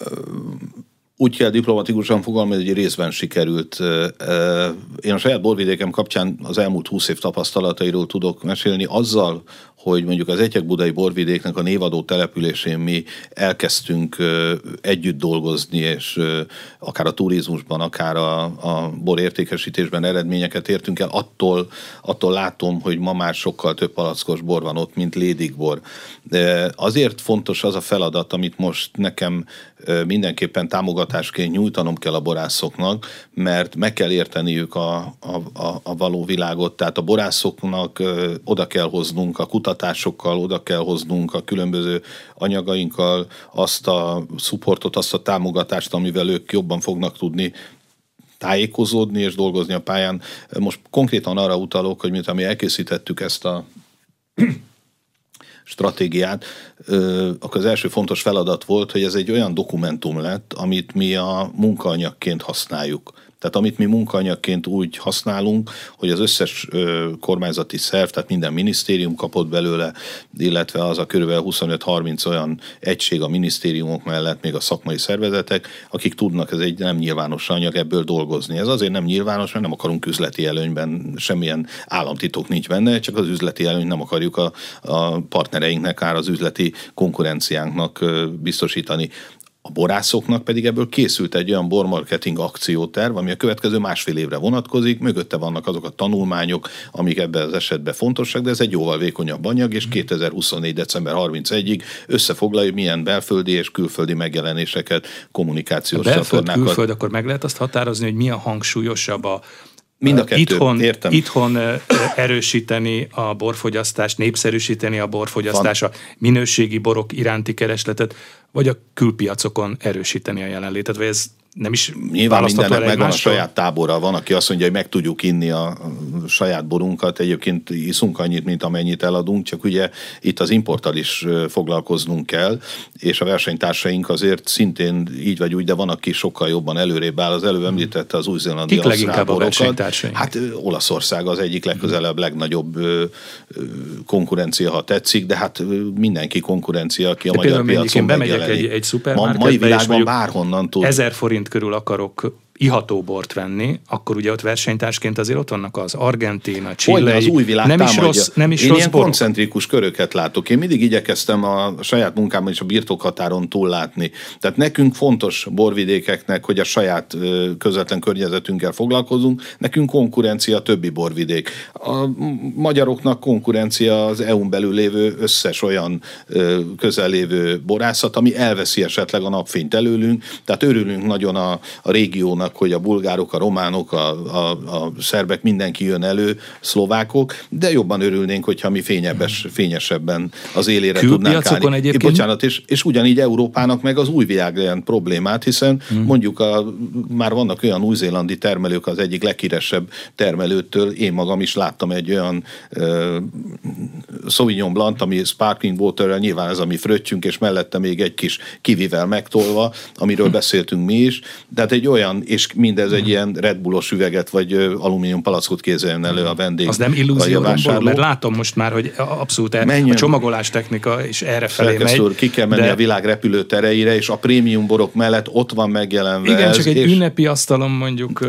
Úgy kell diplomatikusan fogalmazni, hogy részben sikerült. Én a saját borvidékem kapcsán az elmúlt 20 év tapasztalatairól tudok mesélni, azzal, hogy mondjuk az Etyek-budai borvidéknek a névadó településén mi elkezdtünk együtt dolgozni, és akár a turizmusban, akár a borértékesítésben eredményeket értünk el, attól látom, hogy ma már sokkal több palackos bor van ott, mint lédigbor. De azért fontos az a feladat, amit most nekem mindenképpen támogatásként nyújtanom kell a borászoknak, mert meg kell érteniük a való világot, tehát a borászoknak oda kell hoznunk a kutatásokkal, oda kell hoznunk a különböző anyagainkkal azt a supportot, azt a támogatást, amivel ők jobban fognak tudni tájékozódni és dolgozni a pályán. Most konkrétan arra utalok, hogy miután mi elkészítettük ezt a stratégiát, akkor az első fontos feladat volt, hogy ez egy olyan dokumentum lett, amit mi a munkaanyagként használjuk. Tehát amit mi munkaanyagként úgy használunk, hogy az összes kormányzati szerv, tehát minden minisztérium kapott belőle, illetve az a körülbelül 25-30 olyan egység a minisztériumok mellett, még a szakmai szervezetek, akik tudnak, ez egy nem nyilvános anyag, ebből dolgozni. Ez azért nem nyilvános, mert nem akarunk üzleti előnyben, semmilyen államtitok nincs benne, csak az üzleti előnyt nem akarjuk a partnereinknek, az üzleti konkurenciánknak biztosítani. A borászoknak pedig ebből készült egy olyan bormarketing akcióterv, ami a következő másfél évre vonatkozik, mögötte vannak azok a tanulmányok, amik ebben az esetben fontosak, de ez egy jóval vékonyabb anyag, és 2024. december 31-ig összefoglalja, milyen belföldi és külföldi megjelenéseket, kommunikációs csatornákat. Külföld, akkor meg lehet azt határozni, hogy mi a hangsúlyosabb mind a kettő, itthon erősíteni a borfogyasztást, népszerűsíteni a borfogyasztást, a minőségi borok iránti keresletet, vagy a külpiacokon erősíteni a jelenlétet, vagy ez nem is nyilván mindennek megvan a egymástól? saját tábora. Van, aki azt mondja, hogy meg tudjuk inni a saját borunkat, egyébként iszunk annyit, mint amennyit eladunk, csak ugye itt az importtal is foglalkoznunk kell, és a versenytársaink azért szintén így vagy úgy, de van, aki sokkal jobban előrébb áll. Az előbb említette az új-zélandi leginkább a versenytársaink? Hát Olaszország az egyik legközelebb legnagyobb konkurencia, ha tetszik, de hát mindenki konkurencia, aki a magyar piacon megjelenik. Bemegyek egy szupermarketbe, mai világban bárhonnan tud. 1000 forint körül akarok iható bort venni, akkor ugye ott versenytársként azért ott vannak az Argentina, Chile, az új világ nem támadja. Nem is Én rossz ilyen borok. koncentrikus köröket látok. Én mindig igyekeztem a saját munkámban is a birtokhatáron túl látni. Tehát nekünk fontos borvidékeknek, hogy a saját közvetlen környezetünkkel foglalkozunk, nekünk konkurencia a többi borvidék. A magyaroknak konkurencia az EU-n belül lévő összes olyan közel lévő borászat, ami elveszi esetleg a napfényt előlünk, tehát örülünk nagyon a régiónak, hogy a bulgárok, a románok, a szerbek, mindenki jön elő, szlovákok, de jobban örülnénk, hogyha mi fényesebben az élére tudnánk állni. Egyébként... Bocsánat, és ugyanígy Európának meg az új világ jelent problémát, hiszen mondjuk már vannak olyan új-zélandi termelők, az egyik leghíresebb termelőtől, én magam is láttam egy olyan Sauvignon Blanc, ami sparkling waterrel, nyilván ez a mi fröccsünk, és mellette még egy kis kivivel megtolva, amiről beszéltünk mi is, de hát egy olyan, és mindez egy ilyen Red Bullos üveget, vagy alumínium palackot kézzeljen elő a vendég. Az nem illúzió, mert látom most már, hogy abszolút a csomagolás technika is errefelé megy. Úr, ki kell menni a világ repülőtereire, és a prémium borok mellett ott van megjelenve. Igen, csak egy ünnepi asztalon mondjuk...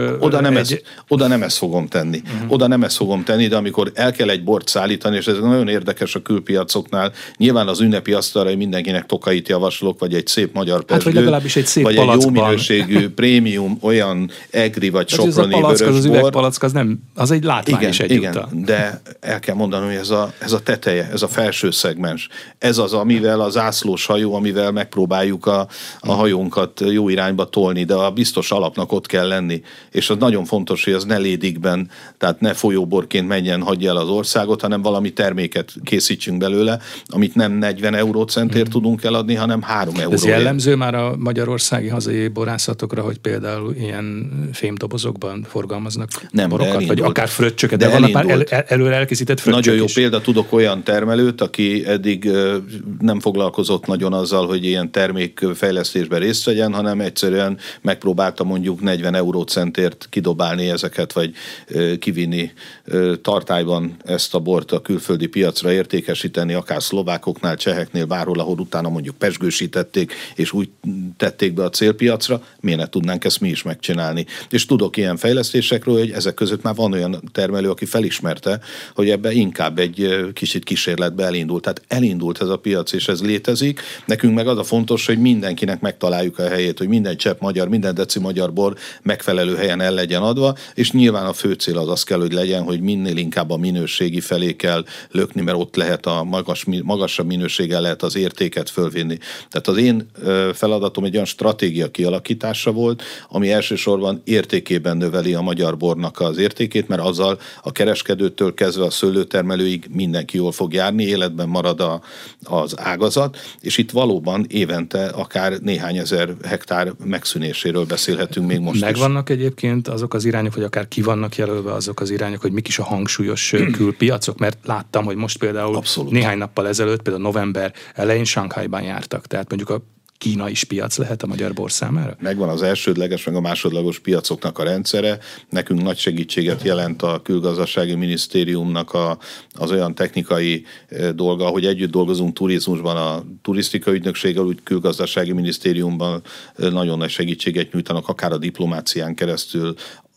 Oda nem ezt fogom tenni. Oda nem ezt fogom tenni, de amikor el kell egy bort szállítani, és ez nagyon érdekes a külpiacoknál, nyilván az ünnepi asztalra mindenkinek Tokait javaslok, vagy egy szép magyar pezsgőt, vagy legalábbis egy szép vagy palackban. egy jó minőségű prémium, olyan egri vagy soproni vörösbor. Az üvegpalack, az egy látvány igen, is egyúttal. Igen, de el kell mondanom, hogy ez a teteje, ez a felső szegmens. Ez az, amivel a zászlós hajó, amivel megpróbáljuk a hajónkat jó irányba tolni, de a biztos alapnak ott kell lenni. És az nagyon fontos, hogy az ne lédikben, tehát ne folyóborként menjen, hagyja el az országot, hanem valami terméket készítsünk belőle, amit nem 40 eurócentért tudunk eladni, hanem 3 euróért. Ez jellemző már a magyarországi hazai borászatokra, hogy például ilyen fémdobozokban forgalmaznak borokat, vagy akár fröccsöket, de vannak már előre elkészített fröccsök. Nagyon jó példa, tudok olyan termelőt, aki eddig nem foglalkozott nagyon azzal, hogy ilyen termékfejlesztésben részt vegyen, hanem egyszerűen megpróbálta mondjuk 40 eurócentért kidobálni ezeket, vagy kivinni tartályban ezt a bort a külföldi piacra értékesíteni, akár szlovákoknál, cseheknél, bárhol, ahol utána mondjuk pezsgősítették, és úgy tették be a célpiacra, miért ne tudnánk ezt mi is megcsinálni. És tudok ilyen fejlesztésekről, hogy ezek között már van olyan termelő, aki felismerte, hogy ebbe inkább egy kicsit kísérletbe elindult. Tehát elindult ez a piac, és ez létezik. Nekünk meg az a fontos, hogy mindenkinek megtaláljuk a helyét, hogy minden csepp magyar, minden deci magyar bor megfelelő helyen el legyen adva, és nyilván a fő cél az kell, hogy legyen, hogy minél inkább a minőségi felé kell lökni, mert ott lehet a magasabb minőséggel lehet az értéket fölvinni. Tehát az én feladatom egy olyan stratégia kialakítása volt, ami elsősorban értékében növeli a magyar bornak az értékét, mert azzal a kereskedőtől kezdve a szőlőtermelőig mindenki jól fog járni, életben marad az ágazat, és itt valóban évente akár néhány ezer hektár megszűnéséről beszélhetünk még most Megvannak egyébként azok az irányok, vagy akár ki vannak jelölve azok az irányok, hogy mik is a hangsúlyos külpiacok, mert láttam, hogy most például néhány nappal ezelőtt, például november elején Shanghaiban jártak, tehát mondjuk a Kína is piac lehet a magyar bor számára? Megvan az elsődleges, meg a másodlagos piacoknak a rendszere. Nekünk nagy segítséget jelent a Külgazdasági Minisztériumnak az olyan technikai dolga, hogy együtt dolgozunk turizmusban, a turisztikai ügynökséggel, úgy Külgazdasági Minisztériumban nagyon nagy segítséget nyújtanak, akár a diplomácián keresztül,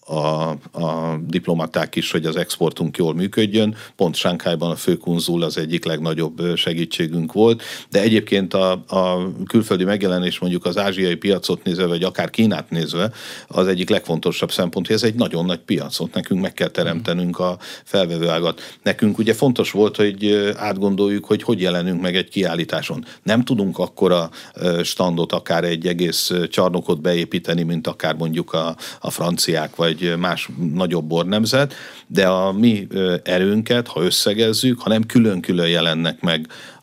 a diplomaták is, hogy az exportunk jól működjön. Pont Shanghaiban a főkonzul az egyik legnagyobb segítségünk volt, de egyébként a külföldi megjelenés mondjuk az ázsiai piacot nézve, vagy akár Kínát nézve, az egyik legfontosabb szempont, hogy ez egy nagyon nagy piac, ott nekünk meg kell teremtenünk a felvevőágat. Nekünk ugye fontos volt, hogy átgondoljuk, hogy jelenünk meg egy kiállításon. Nem tudunk akkora standot, akár egy egész csarnokot beépíteni, mint akár mondjuk a franciák, vagy más nagyobb bornemzet, de a mi erőnket, ha összegezzük, ha nem külön-külön jelennek meg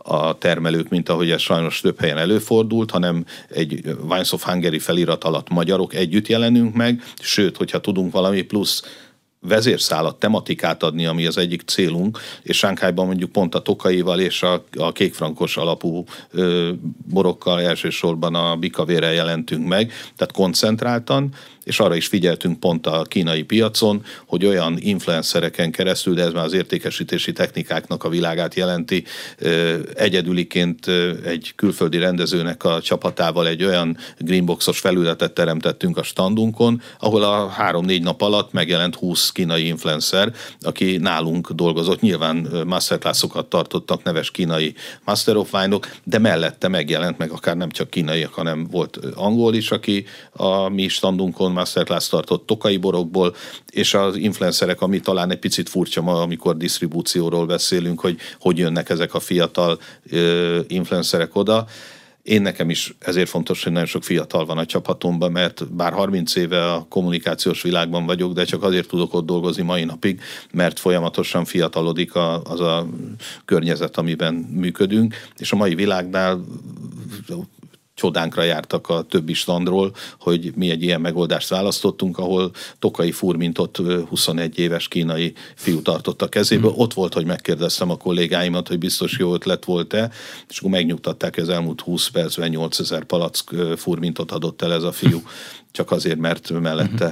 a termelők, mint ahogy ez sajnos több helyen előfordult, hanem egy Wines of Hungary felirat alatt magyarok együtt jelenünk meg, sőt, hogyha tudunk valami plusz vezérszálat, tematikát adni, ami az egyik célunk, és Sánkhájban mondjuk pont a tokaival és a kékfrankos alapú borokkal elsősorban a bikavérrel jelentünk meg, tehát koncentráltan, és arra is figyeltünk pont a kínai piacon, hogy olyan influencereken keresztül, de ez már az értékesítési technikáknak a világát jelenti, egyedüliként egy külföldi rendezőnek a csapatával egy olyan greenboxos felületet teremtettünk a standunkon, ahol a 3-4 nap alatt megjelent 20 kínai influencer, aki nálunk dolgozott. Nyilván masterclassokat tartottak neves kínai Master of Wine-ok, de mellette megjelent meg akár nem csak kínaiak, hanem volt angol is, aki a mi standunkon masterclass tartott tokai borokból, és az influencerek, ami talán egy picit furcsa ma, amikor disztribúcióról beszélünk, hogy jönnek ezek a fiatal influencerek oda. Én nekem is ezért fontos, hogy nagyon sok fiatal van a csapatomban, mert bár 30 éve a kommunikációs világban vagyok, de csak azért tudok ott dolgozni mai napig, mert folyamatosan fiatalodik az a környezet, amiben működünk, és a mai világnál csodánkra jártak a többi standról, hogy mi egy ilyen megoldást választottunk, ahol Tokai Furmintot 21 éves kínai fiú tartott a kezéből. Ott volt, hogy megkérdeztem a kollégáimat, hogy biztos jó ötlet volt-e, és akkor megnyugtatták, hogy az elmúlt 20 percben 8000 palack Furmintot adott el ez a fiú, csak azért, mert mellette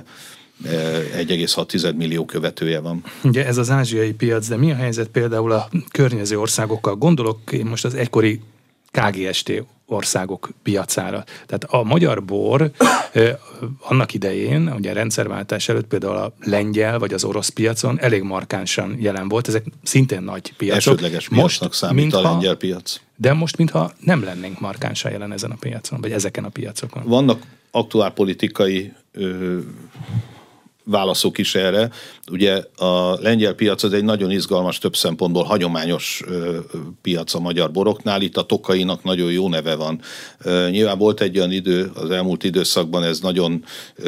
1,6 millió követője van. Ugye ez az ázsiai piac, de mi a helyzet például a környező országokkal? Gondolok én most az egykori KGST országok piacára. Tehát a magyar bor annak idején, ugye a rendszerváltás előtt például a lengyel vagy az orosz piacon elég markánsan jelen volt. Ezek szintén nagy piacok. Elsődleges piacnak számít a lengyel piac. De most mintha nem lennénk markánsan jelen ezen a piacon, vagy ezeken a piacokon. Vannak aktuálpolitikai válaszok is erre. Ugye a lengyel piac az egy nagyon izgalmas, több szempontból hagyományos piac a magyar boroknál. Itt a Tokainak nagyon jó neve van. Nyilván volt egy olyan idő, az elmúlt időszakban ez nagyon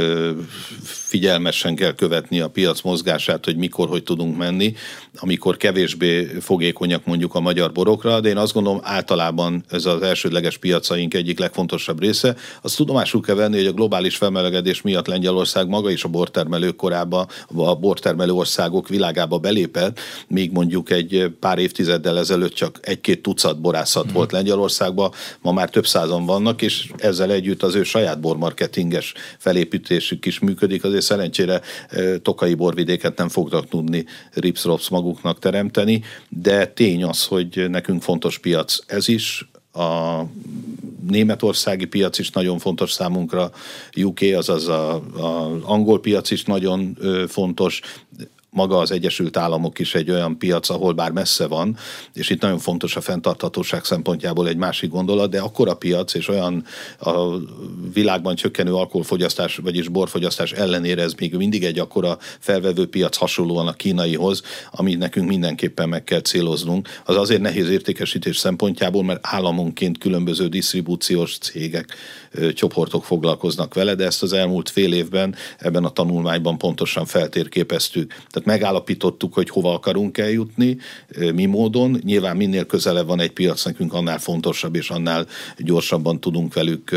figyelmesen kell követni a piac mozgását, hogy mikor, hogy tudunk menni, amikor kevésbé fogékonyak mondjuk a magyar borokra, de én azt gondolom általában ez az elsődleges piacaink egyik legfontosabb része. Azt tudomásul kell venni, hogy a globális felmelegedés miatt Lengyelország maga is a bortermelők korábban a bortermelő országok világába belépett, míg mondjuk egy pár évtizeddel ezelőtt csak 1-2 tucat borászat volt Lengyelországban, ma már több százan vannak, és ezzel együtt az ő saját bormarketinges felépítésük is működik. Azért szerencsére tokai borvidéket nem fognak tudni rips-rops maguknak teremteni, de tény az, hogy nekünk fontos piac ez is. A németországi piac is nagyon fontos számunkra, UK, azaz az angol piac is nagyon fontos, maga az Egyesült Államok is egy olyan piac, ahol bár messze van, és itt nagyon fontos a fenntarthatóság szempontjából egy másik gondolat, de akkora piac, és olyan a világban csökkenő alkoholfogyasztás, vagyis borfogyasztás ellenére ez még mindig egy akkora felvevő piac hasonlóan a kínaihoz, amit nekünk mindenképpen meg kell céloznunk. Az azért nehéz értékesítés szempontjából, mert államonként különböző disztribúciós cégek, csoportok foglalkoznak vele, de ezt az elmúlt fél évben ebben a tanulmányban pontosan feltérképeztük. Tehát megállapítottuk, hogy hova akarunk eljutni, mi módon. Nyilván minél közelebb van egy piac, nekünk annál fontosabb, és annál gyorsabban tudunk velük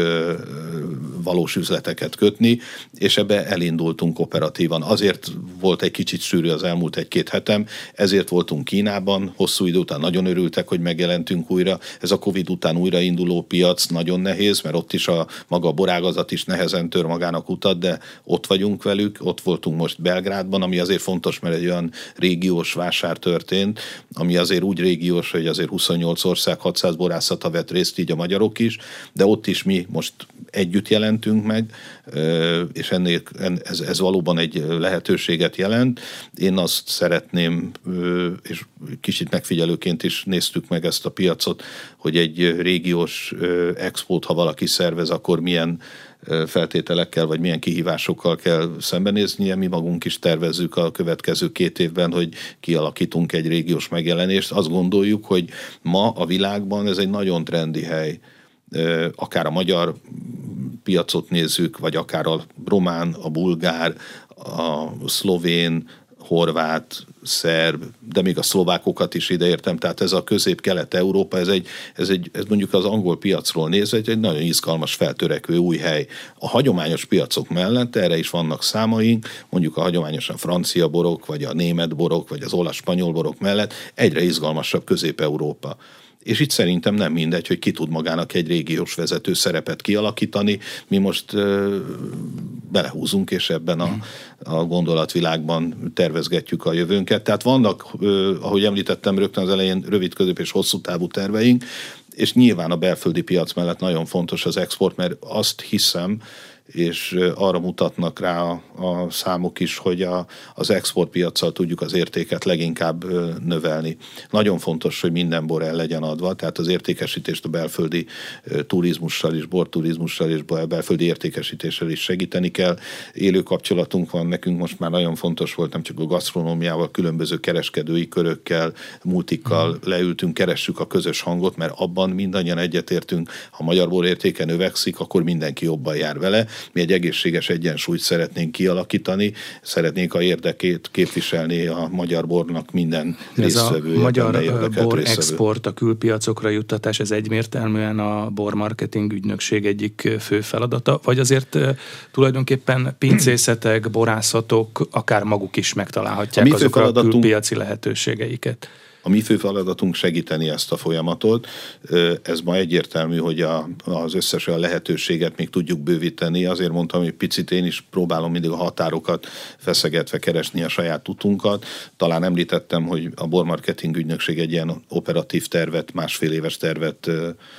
valós üzleteket kötni, és ebbe elindultunk operatívan. Azért volt egy kicsit sűrű az elmúlt 1-2 hetem, ezért voltunk Kínában, hosszú idő után nagyon örültek, hogy megjelentünk újra. Ez a Covid után újrainduló piac nagyon nehéz, mert ott is maga a borágazat is nehezen tör magának utat, de ott vagyunk velük, ott voltunk most Belgrádban, ami azért fontos, mert egy olyan régiós vásár történt, ami azért úgy régiós, hogy azért 28 ország 600 borászata vett részt, így a magyarok is, de ott is mi most együtt jelentünk meg, és ez valóban egy lehetőséget jelent. Én azt szeretném, és kicsit megfigyelőként is néztük meg ezt a piacot, hogy egy régiós expót, ha valaki szervez, akkor milyen feltételekkel, vagy milyen kihívásokkal kell szembenéznie. Mi magunk is tervezzük a következő 2 évben, hogy kialakítunk egy régiós megjelenést. Azt gondoljuk, hogy ma a világban ez egy nagyon trendi hely. Akár a magyar piacot nézzük, vagy akár a román, a bulgár, a szlovén, horvát, szerb, de még a szlovákokat is ideértem, tehát ez a közép-kelet-európa, ez mondjuk az angol piacról nézve egy nagyon izgalmas, feltörekvő új hely. A hagyományos piacok mellett erre is vannak számaink, mondjuk a hagyományosan francia borok, vagy a német borok, vagy az olasz-spanyol borok mellett egyre izgalmasabb Közép-Európa. És itt szerintem nem mindegy, hogy ki tud magának egy régiós vezető szerepet kialakítani. Mi most belehúzunk, és ebben a gondolatvilágban tervezgetjük a jövőnket. Tehát vannak, ahogy említettem rögtön az elején, rövid, közép és hosszú távú terveink, és nyilván a belföldi piac mellett nagyon fontos az export, mert azt hiszem, és arra mutatnak rá a számok is, hogy az exportpiaccal tudjuk az értéket leginkább növelni. Nagyon fontos, hogy minden bor el legyen adva, tehát az értékesítést a belföldi turizmussal is, borturizmussal és belföldi értékesítéssel is segíteni kell. Élő kapcsolatunk van nekünk, most már nagyon fontos volt, nem csak a gasztronómiával, különböző kereskedői körökkel, multikkal leültünk, keressük a közös hangot, mert abban mindannyian egyetértünk, ha magyar bor értéke növekszik, akkor mindenki jobban jár vele. Mi egy egészséges egyensúlyt szeretnénk kialakítani, szeretnénk a érdekét képviselni a magyar bornak minden résztvevője. Ez a magyar bor export, a külpiacokra juttatás, ez egyértelműen a bormarketing ügynökség egyik fő feladata, vagy azért tulajdonképpen pincészetek, borászatok akár maguk is megtalálhatják azokra a külpiaci lehetőségeiket? A mi fő feladatunk segíteni ezt a folyamatot. Ez ma egyértelmű, hogy az összes olyan lehetőséget még tudjuk bővíteni. Azért mondtam, hogy picit én is próbálom mindig a határokat feszegetve keresni a saját utunkat. Talán említettem, hogy a bormarketing ügynökség egy ilyen operatív tervet, másfél éves tervet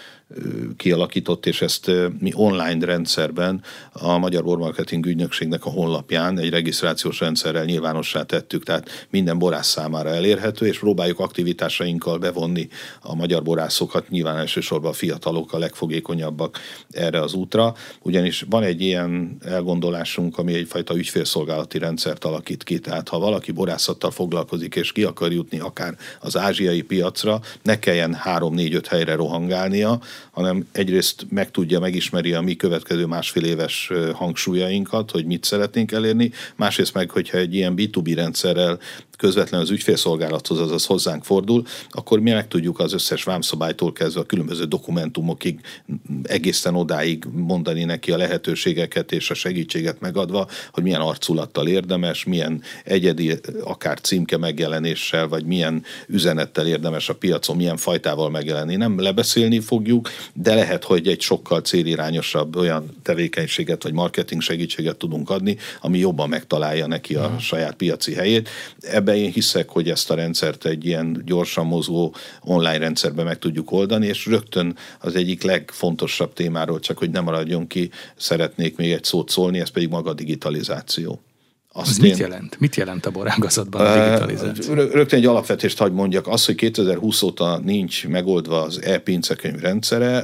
kialakított, és ezt mi online rendszerben a Magyar Bormarketing Ügynökségnek a honlapján egy regisztrációs rendszerrel nyilvánossá tettük, tehát minden borász számára elérhető, és próbáljuk aktivitásainkkal bevonni a magyar borászokat, nyilván elsősorban a fiatalok a legfogékonyabbak erre az útra, ugyanis van egy ilyen elgondolásunk, ami egyfajta ügyfélszolgálati rendszert alakít ki, tehát ha valaki borászattal foglalkozik, és ki akar jutni akár az ázsiai piacra, ne kelljen 3-4-5 helyre rohangálnia, hanem egyrészt megismeri a mi következő másfél éves hangsúlyainkat, hogy mit szeretnénk elérni, másrészt meg, hogyha egy ilyen B2B rendszerrel közvetlenül az ügyfélszolgálathoz, azaz hozzánk fordul, akkor mi meg tudjuk az összes vámszabálytól kezdve a különböző dokumentumokig egészen odáig mondani neki a lehetőségeket és a segítséget megadva, hogy milyen arculattal érdemes, milyen egyedi akár címke megjelenéssel, vagy milyen üzenettel érdemes a piacon, milyen fajtával megjelenni. Nem lebeszélni fogjuk, de lehet, hogy egy sokkal célirányosabb olyan tevékenységet vagy marketing segítséget tudunk adni, ami jobban megtalálja neki a saját piaci helyét. Ebben én hiszek, hogy ezt a rendszert egy ilyen gyorsan mozgó online rendszerben meg tudjuk oldani, és rögtön az egyik legfontosabb témáról, csak hogy nem maradjon ki, szeretnék még egy szót szólni, ez pedig maga a digitalizáció. Mit jelent? Mit jelent a borágazatban a digitalizáció? Rögtön egy alapvetést hadd mondjak. Az, hogy 2020 óta nincs megoldva az e-pincekönyv rendszere,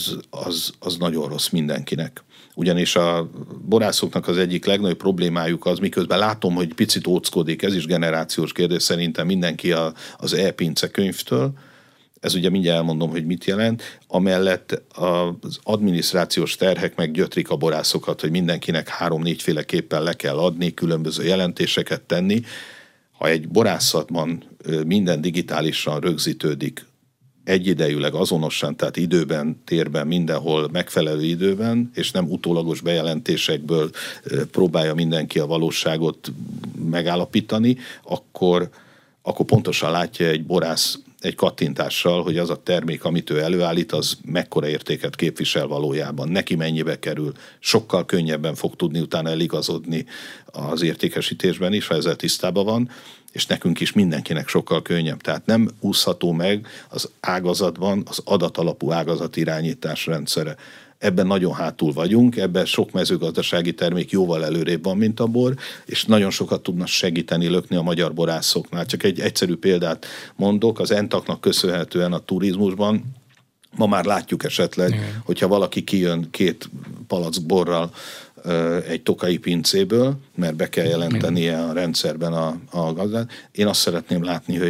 az nagyon rossz mindenkinek. Ugyanis a borászoknak az egyik legnagyobb problémájuk az, miközben látom, hogy picit óckodik, ez is generációs kérdés, szerintem mindenki az e-pincekönyvtől. Ez ugye mindjárt elmondom, hogy mit jelent. Amellett az adminisztrációs terhek meggyötrik a borászokat, hogy mindenkinek 3-4 féleképpen le kell adni, különböző jelentéseket tenni. Ha egy borászatban minden digitálisan rögzítődik, egyidejűleg azonosan, tehát időben, térben, mindenhol megfelelő időben, és nem utólagos bejelentésekből próbálja mindenki a valóságot megállapítani, akkor pontosan látja egy borász egy kattintással, hogy az a termék, amit ő előállít, az mekkora értéket képvisel valójában, neki mennyibe kerül, sokkal könnyebben fog tudni utána eligazodni az értékesítésben is, ha ezzel tisztában van, és nekünk is mindenkinek sokkal könnyebb. Tehát nem úszható meg az ágazatban az adatalapú ágazatirányítás rendszere. Ebben nagyon hátul vagyunk, ebben sok mezőgazdasági termék jóval előrébb van, mint a bor, és nagyon sokat tudna segíteni, lökni a magyar borászoknál. Csak egy egyszerű példát mondok, az ENTAK-nak köszönhetően a turizmusban ma már látjuk esetleg, hogyha valaki kijön 2 palack borral egy tokai pincéből, mert be kell jelentenie a rendszerben a gazdát. Én azt szeretném látni, hogy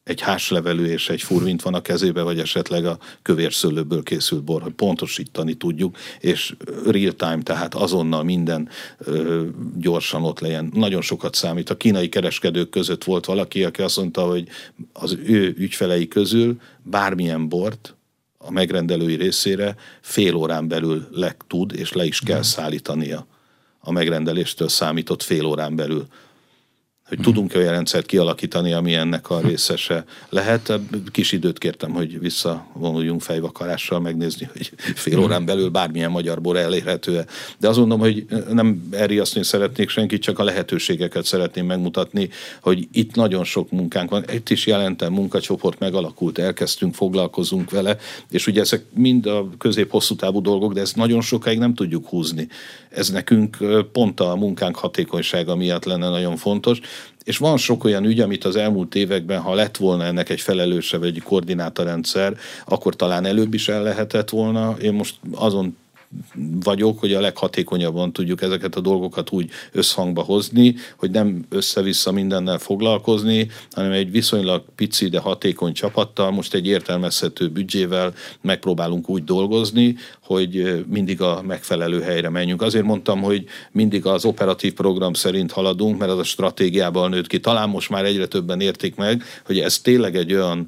egy hárslevelű és egy furvint van a kezébe, vagy esetleg a kövérszőlőből készült bor, hogy pontosítani tudjuk, és real time, tehát azonnal minden gyorsan ott legyen. Nagyon sokat számít. A kínai kereskedők között volt valaki, aki azt mondta, hogy az ő ügyfelei közül bármilyen bort a megrendelői részére fél órán belül tud, és le is kell szállítania. A megrendeléstől számított fél órán belül. Hogy tudunk olyan rendszert kialakítani, ami ennek a részese lehet. Kis időt kértem, hogy visszavonuljunk fejvakarással megnézni, hogy fél órán belül bármilyen magyar bor elérhető-e. De azt mondom, hogy nem elriasztani szeretnék senkit, csak a lehetőségeket szeretném megmutatni, hogy itt nagyon sok munkánk van. Itt is jelentem munkacsoport megalakult, elkezdtünk, foglalkozunk vele, és ugye ezek mind a közép-hosszú távú dolgok, de ezt nagyon sokáig nem tudjuk húzni. Ez nekünk pont a munkánk hatékonysága miatt lenne nagyon fontos. És van sok olyan ügy, amit az elmúlt években, ha lett volna ennek egy felelőse vagy egy koordinátorrendszer, akkor talán előbb is el lehetett volna. Én most azon vagyok, hogy a leghatékonyabban tudjuk ezeket a dolgokat úgy összhangba hozni, hogy nem össze-vissza mindennel foglalkozni, hanem egy viszonylag pici, de hatékony csapattal, most egy értelmezhető büdzsével megpróbálunk úgy dolgozni, hogy mindig a megfelelő helyre menjünk. Azért mondtam, hogy mindig az operatív program szerint haladunk, mert az a stratégiával nőtt ki. Talán most már egyre többen értik meg, hogy ez tényleg egy olyan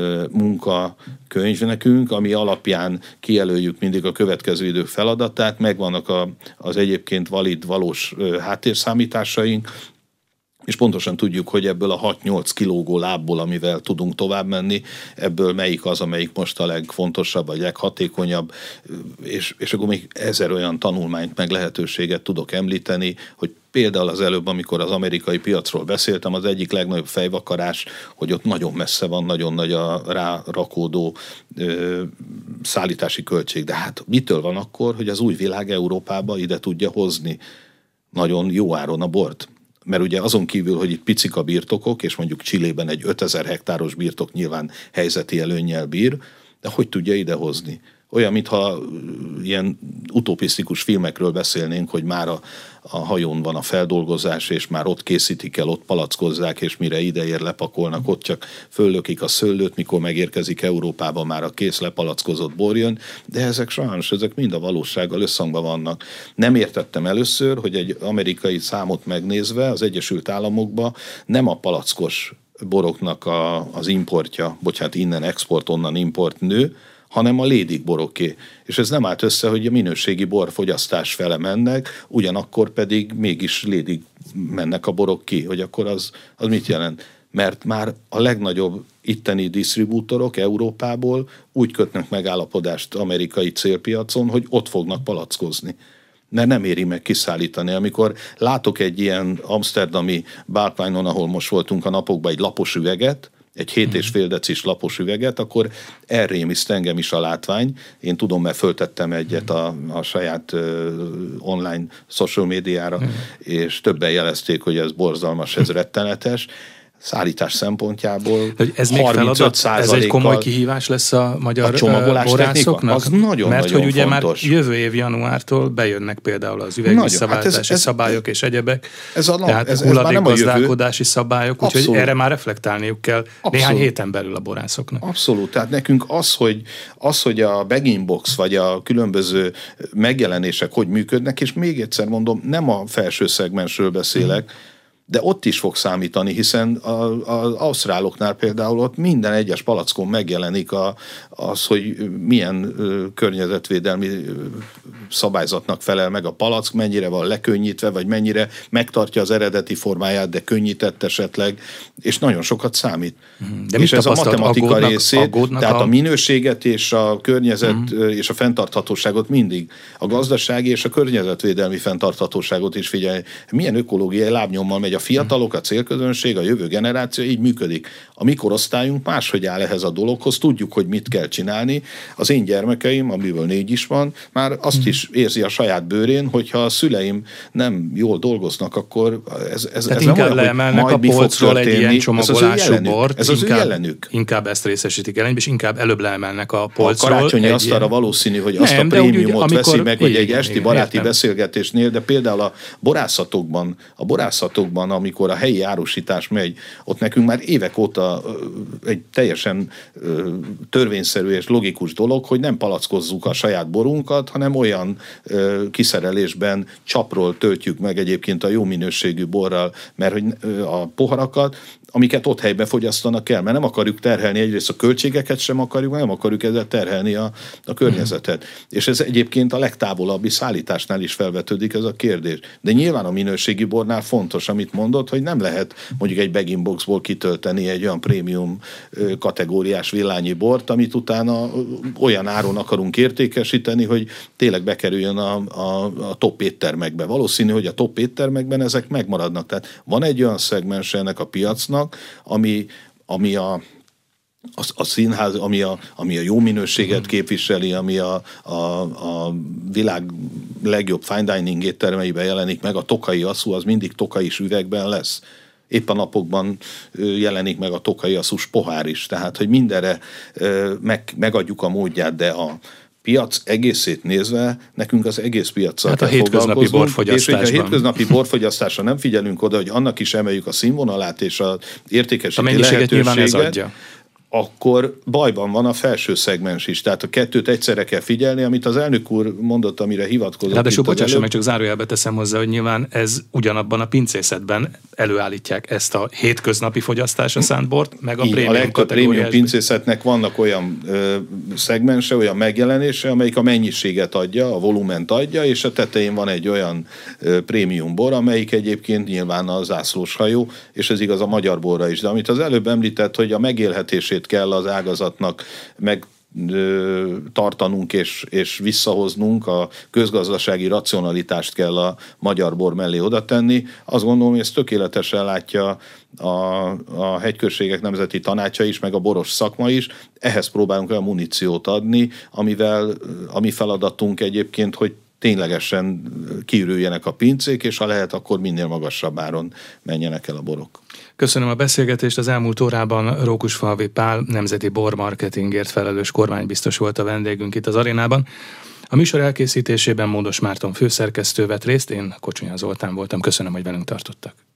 munkakönyv nekünk, ami alapján kijelöljük mindig a következő idők feladatát, megvannak az egyébként valós háttérszámításaink, és pontosan tudjuk, hogy ebből a 6-8 kilógó lábból, amivel tudunk tovább menni, ebből melyik az, amelyik most a legfontosabb, vagy leghatékonyabb, és akkor még 1000 olyan tanulmányt meg lehetőséget tudok említeni, hogy például az előbb, amikor az amerikai piacról beszéltem, az egyik legnagyobb fejvakarás, hogy ott nagyon messze van, nagyon nagy a rárakódó szállítási költség. De hát mitől van akkor, hogy az új világ Európába ide tudja hozni nagyon jó áron a bort? Mert ugye azon kívül, hogy itt picik a birtokok, és mondjuk Chilében egy 5000 hektáros birtok nyilván helyzeti előnnyel bír, de hogy tudja idehozni? Olyan, mintha ilyen utopisztikus filmekről beszélnénk, hogy már a hajón van a feldolgozás, és már ott készítik el, ott palackozzák, és mire ideér, lepakolnak, ott csak föllökik a szőlőt, mikor megérkezik Európába, már a kész lepalackozott bor jön, de ezek sajnos, ezek mind a valósággal összhangban vannak. Nem értettem először, hogy egy amerikai számot megnézve az Egyesült Államokban nem a palackos boroknak az importja, bocsánat, innen export, onnan import nő, hanem a lédig boroké. És ez nem állt össze, hogy a minőségi borfogyasztás fele mennek, ugyanakkor pedig mégis lédig mennek a borok ki, hogy akkor az mit jelent? Mert már a legnagyobb itteni disztribútorok Európából úgy kötnek megállapodást amerikai célpiacon, hogy ott fognak palackozni. Mert nem éri meg kiszállítani. Amikor látok egy ilyen amsterdami Balkvájnon, ahol most voltunk a napokban, egy lapos üveget, egy 7,5 decis lapos üveget, akkor elrémiszt engem is a látvány. Én tudom, mert föltettem egyet a saját online social médiára, és többen jelezték, hogy ez borzalmas, ez rettenetes. Szállítás szempontjából ez még feladat, ez egy komoly kihívás lesz a magyar borászoknak? Az nagyon-nagyon mert hogy ugye fontos. Már jövő év januártól bejönnek például az üvegvízszabályozási szabályok és egyebek, tehát hulladékgazdálkodási szabályok, úgyhogy erre már reflektálniuk kell néhány héten belül a borászoknak. Abszolút, tehát nekünk az, hogy a bag-in box vagy a különböző megjelenések hogy működnek, és még egyszer mondom, nem a felső szegmensről beszélek, de ott is fog számítani, hiszen az ausztráloknál például ott minden egyes palackon megjelenik az, hogy milyen környezetvédelmi szabályzatnak felel meg a palack, mennyire van lekönnyítve, vagy mennyire megtartja az eredeti formáját, de könnyített esetleg, és nagyon sokat számít. De és ez a matematika részét, tehát a minőséget és a környezet és a fenntarthatóságot mindig, a gazdasági és a környezetvédelmi fenntarthatóságot is figyelj. Milyen ökológiai lábnyommal megy a fiatalok, a célközönség, a jövő generáció, így működik. A mi korosztályunk máshogy áll ehhez a dologhoz, tudjuk, hogy mit kell csinálni. Az én gyermekeim, amiből 4 is van, már azt is érzi a saját bőrén, hogyha a szüleim nem jól dolgoznak, akkor ez inkább leemelnek a polcról egy ilyen csomagolású bort, ez az ő jelenük. Inkább ezt részesítik előnybe, és inkább előbb leemelnek a polcról. A karácsonyi asztalra valószínű, hogy azt a prémiumot veszi meg, hogy egy esti baráti beszélgetésnél, de például a borászatokban van, amikor a helyi árusítás megy, ott nekünk már évek óta egy teljesen törvényszerű és logikus dolog, hogy nem palackozzuk a saját borunkat, hanem olyan kiszerelésben csapról töltjük meg egyébként a jó minőségű borral, mert hogy a poharakat, amiket ott helyben fogyasztanak el, mert nem akarjuk terhelni egyrészt a költségeket sem akarjuk, nem akarjuk ezzel terhelni a környezetet. És ez egyébként a legtávolabbi szállításnál is felvetődik ez a kérdés. De nyilván a minőségi bornál fontos, amit mondott, hogy nem lehet mondjuk egy bag-in boxból kitölteni egy olyan prémium kategóriás villányi bort, amit utána olyan áron akarunk értékesíteni, hogy tényleg bekerüljön a top éttermekbe. Valószínű, hogy a top éttermekben ezek megmaradnak. Tehát van egy olyan szegmens ennek a piacnak, ami a színház, ami a jó minőséget képviseli, ami a világ legjobb fine dining éttermeiben jelenik meg, a tokai asszú az mindig tokais üvegben lesz. Épp a napokban jelenik meg a tokai asszús pohár is. Tehát, hogy mindenre megadjuk a módját, de a piac egészét nézve, nekünk az egész piaccal kell hétköznapi borfogyasztásban. És hogyha a hétköznapi borfogyasztásra nem figyelünk oda, hogy annak is emeljük a színvonalát és az értékesítési lehetőséget, akkor bajban van a felső szegmens is. Tehát a kettőt egyszerre kell figyelni, amit az elnök úr mondott, amire hivatkozott. Ráadásul bocsásson, meg csak zárójelbe teszem hozzá, hogy nyilván ez ugyanabban a pincészetben előállítják ezt a hétköznapi fogyasztásra szánt bort, meg a prémium kategóriás. A legtöbb prémium pincészetnek vannak olyan szegmense, olyan megjelenése, amelyik a mennyiséget adja, a volument adja, és a tetején van egy olyan prémium bor, amelyik egyébként nyilván a zászlós hajó, és ez igaz a magyar borra is. De amit az előbb említett, hogy a megélhetését kell az ágazatnak megtartanunk és visszahoznunk, a közgazdasági racionalitást kell a magyar bor mellé oda tenni. Azt gondolom, hogy ezt tökéletesen látja a Hegyközségek Nemzeti Tanácsa is, meg a boros szakma is. Ehhez próbálunk olyan muníciót adni, amivel a mi feladatunk egyébként, hogy ténylegesen kiürüljenek a pincék, és ha lehet, akkor minél magasabb áron menjenek el a borok. Köszönöm a beszélgetést. Az elmúlt órában Rókusfalvi Pál nemzeti bormarketingért felelős kormánybiztos volt a vendégünk itt az arénában. A műsor elkészítésében Módos Márton főszerkesztő vett részt, én Kocsonya Zoltán voltam. Köszönöm, hogy velünk tartottak.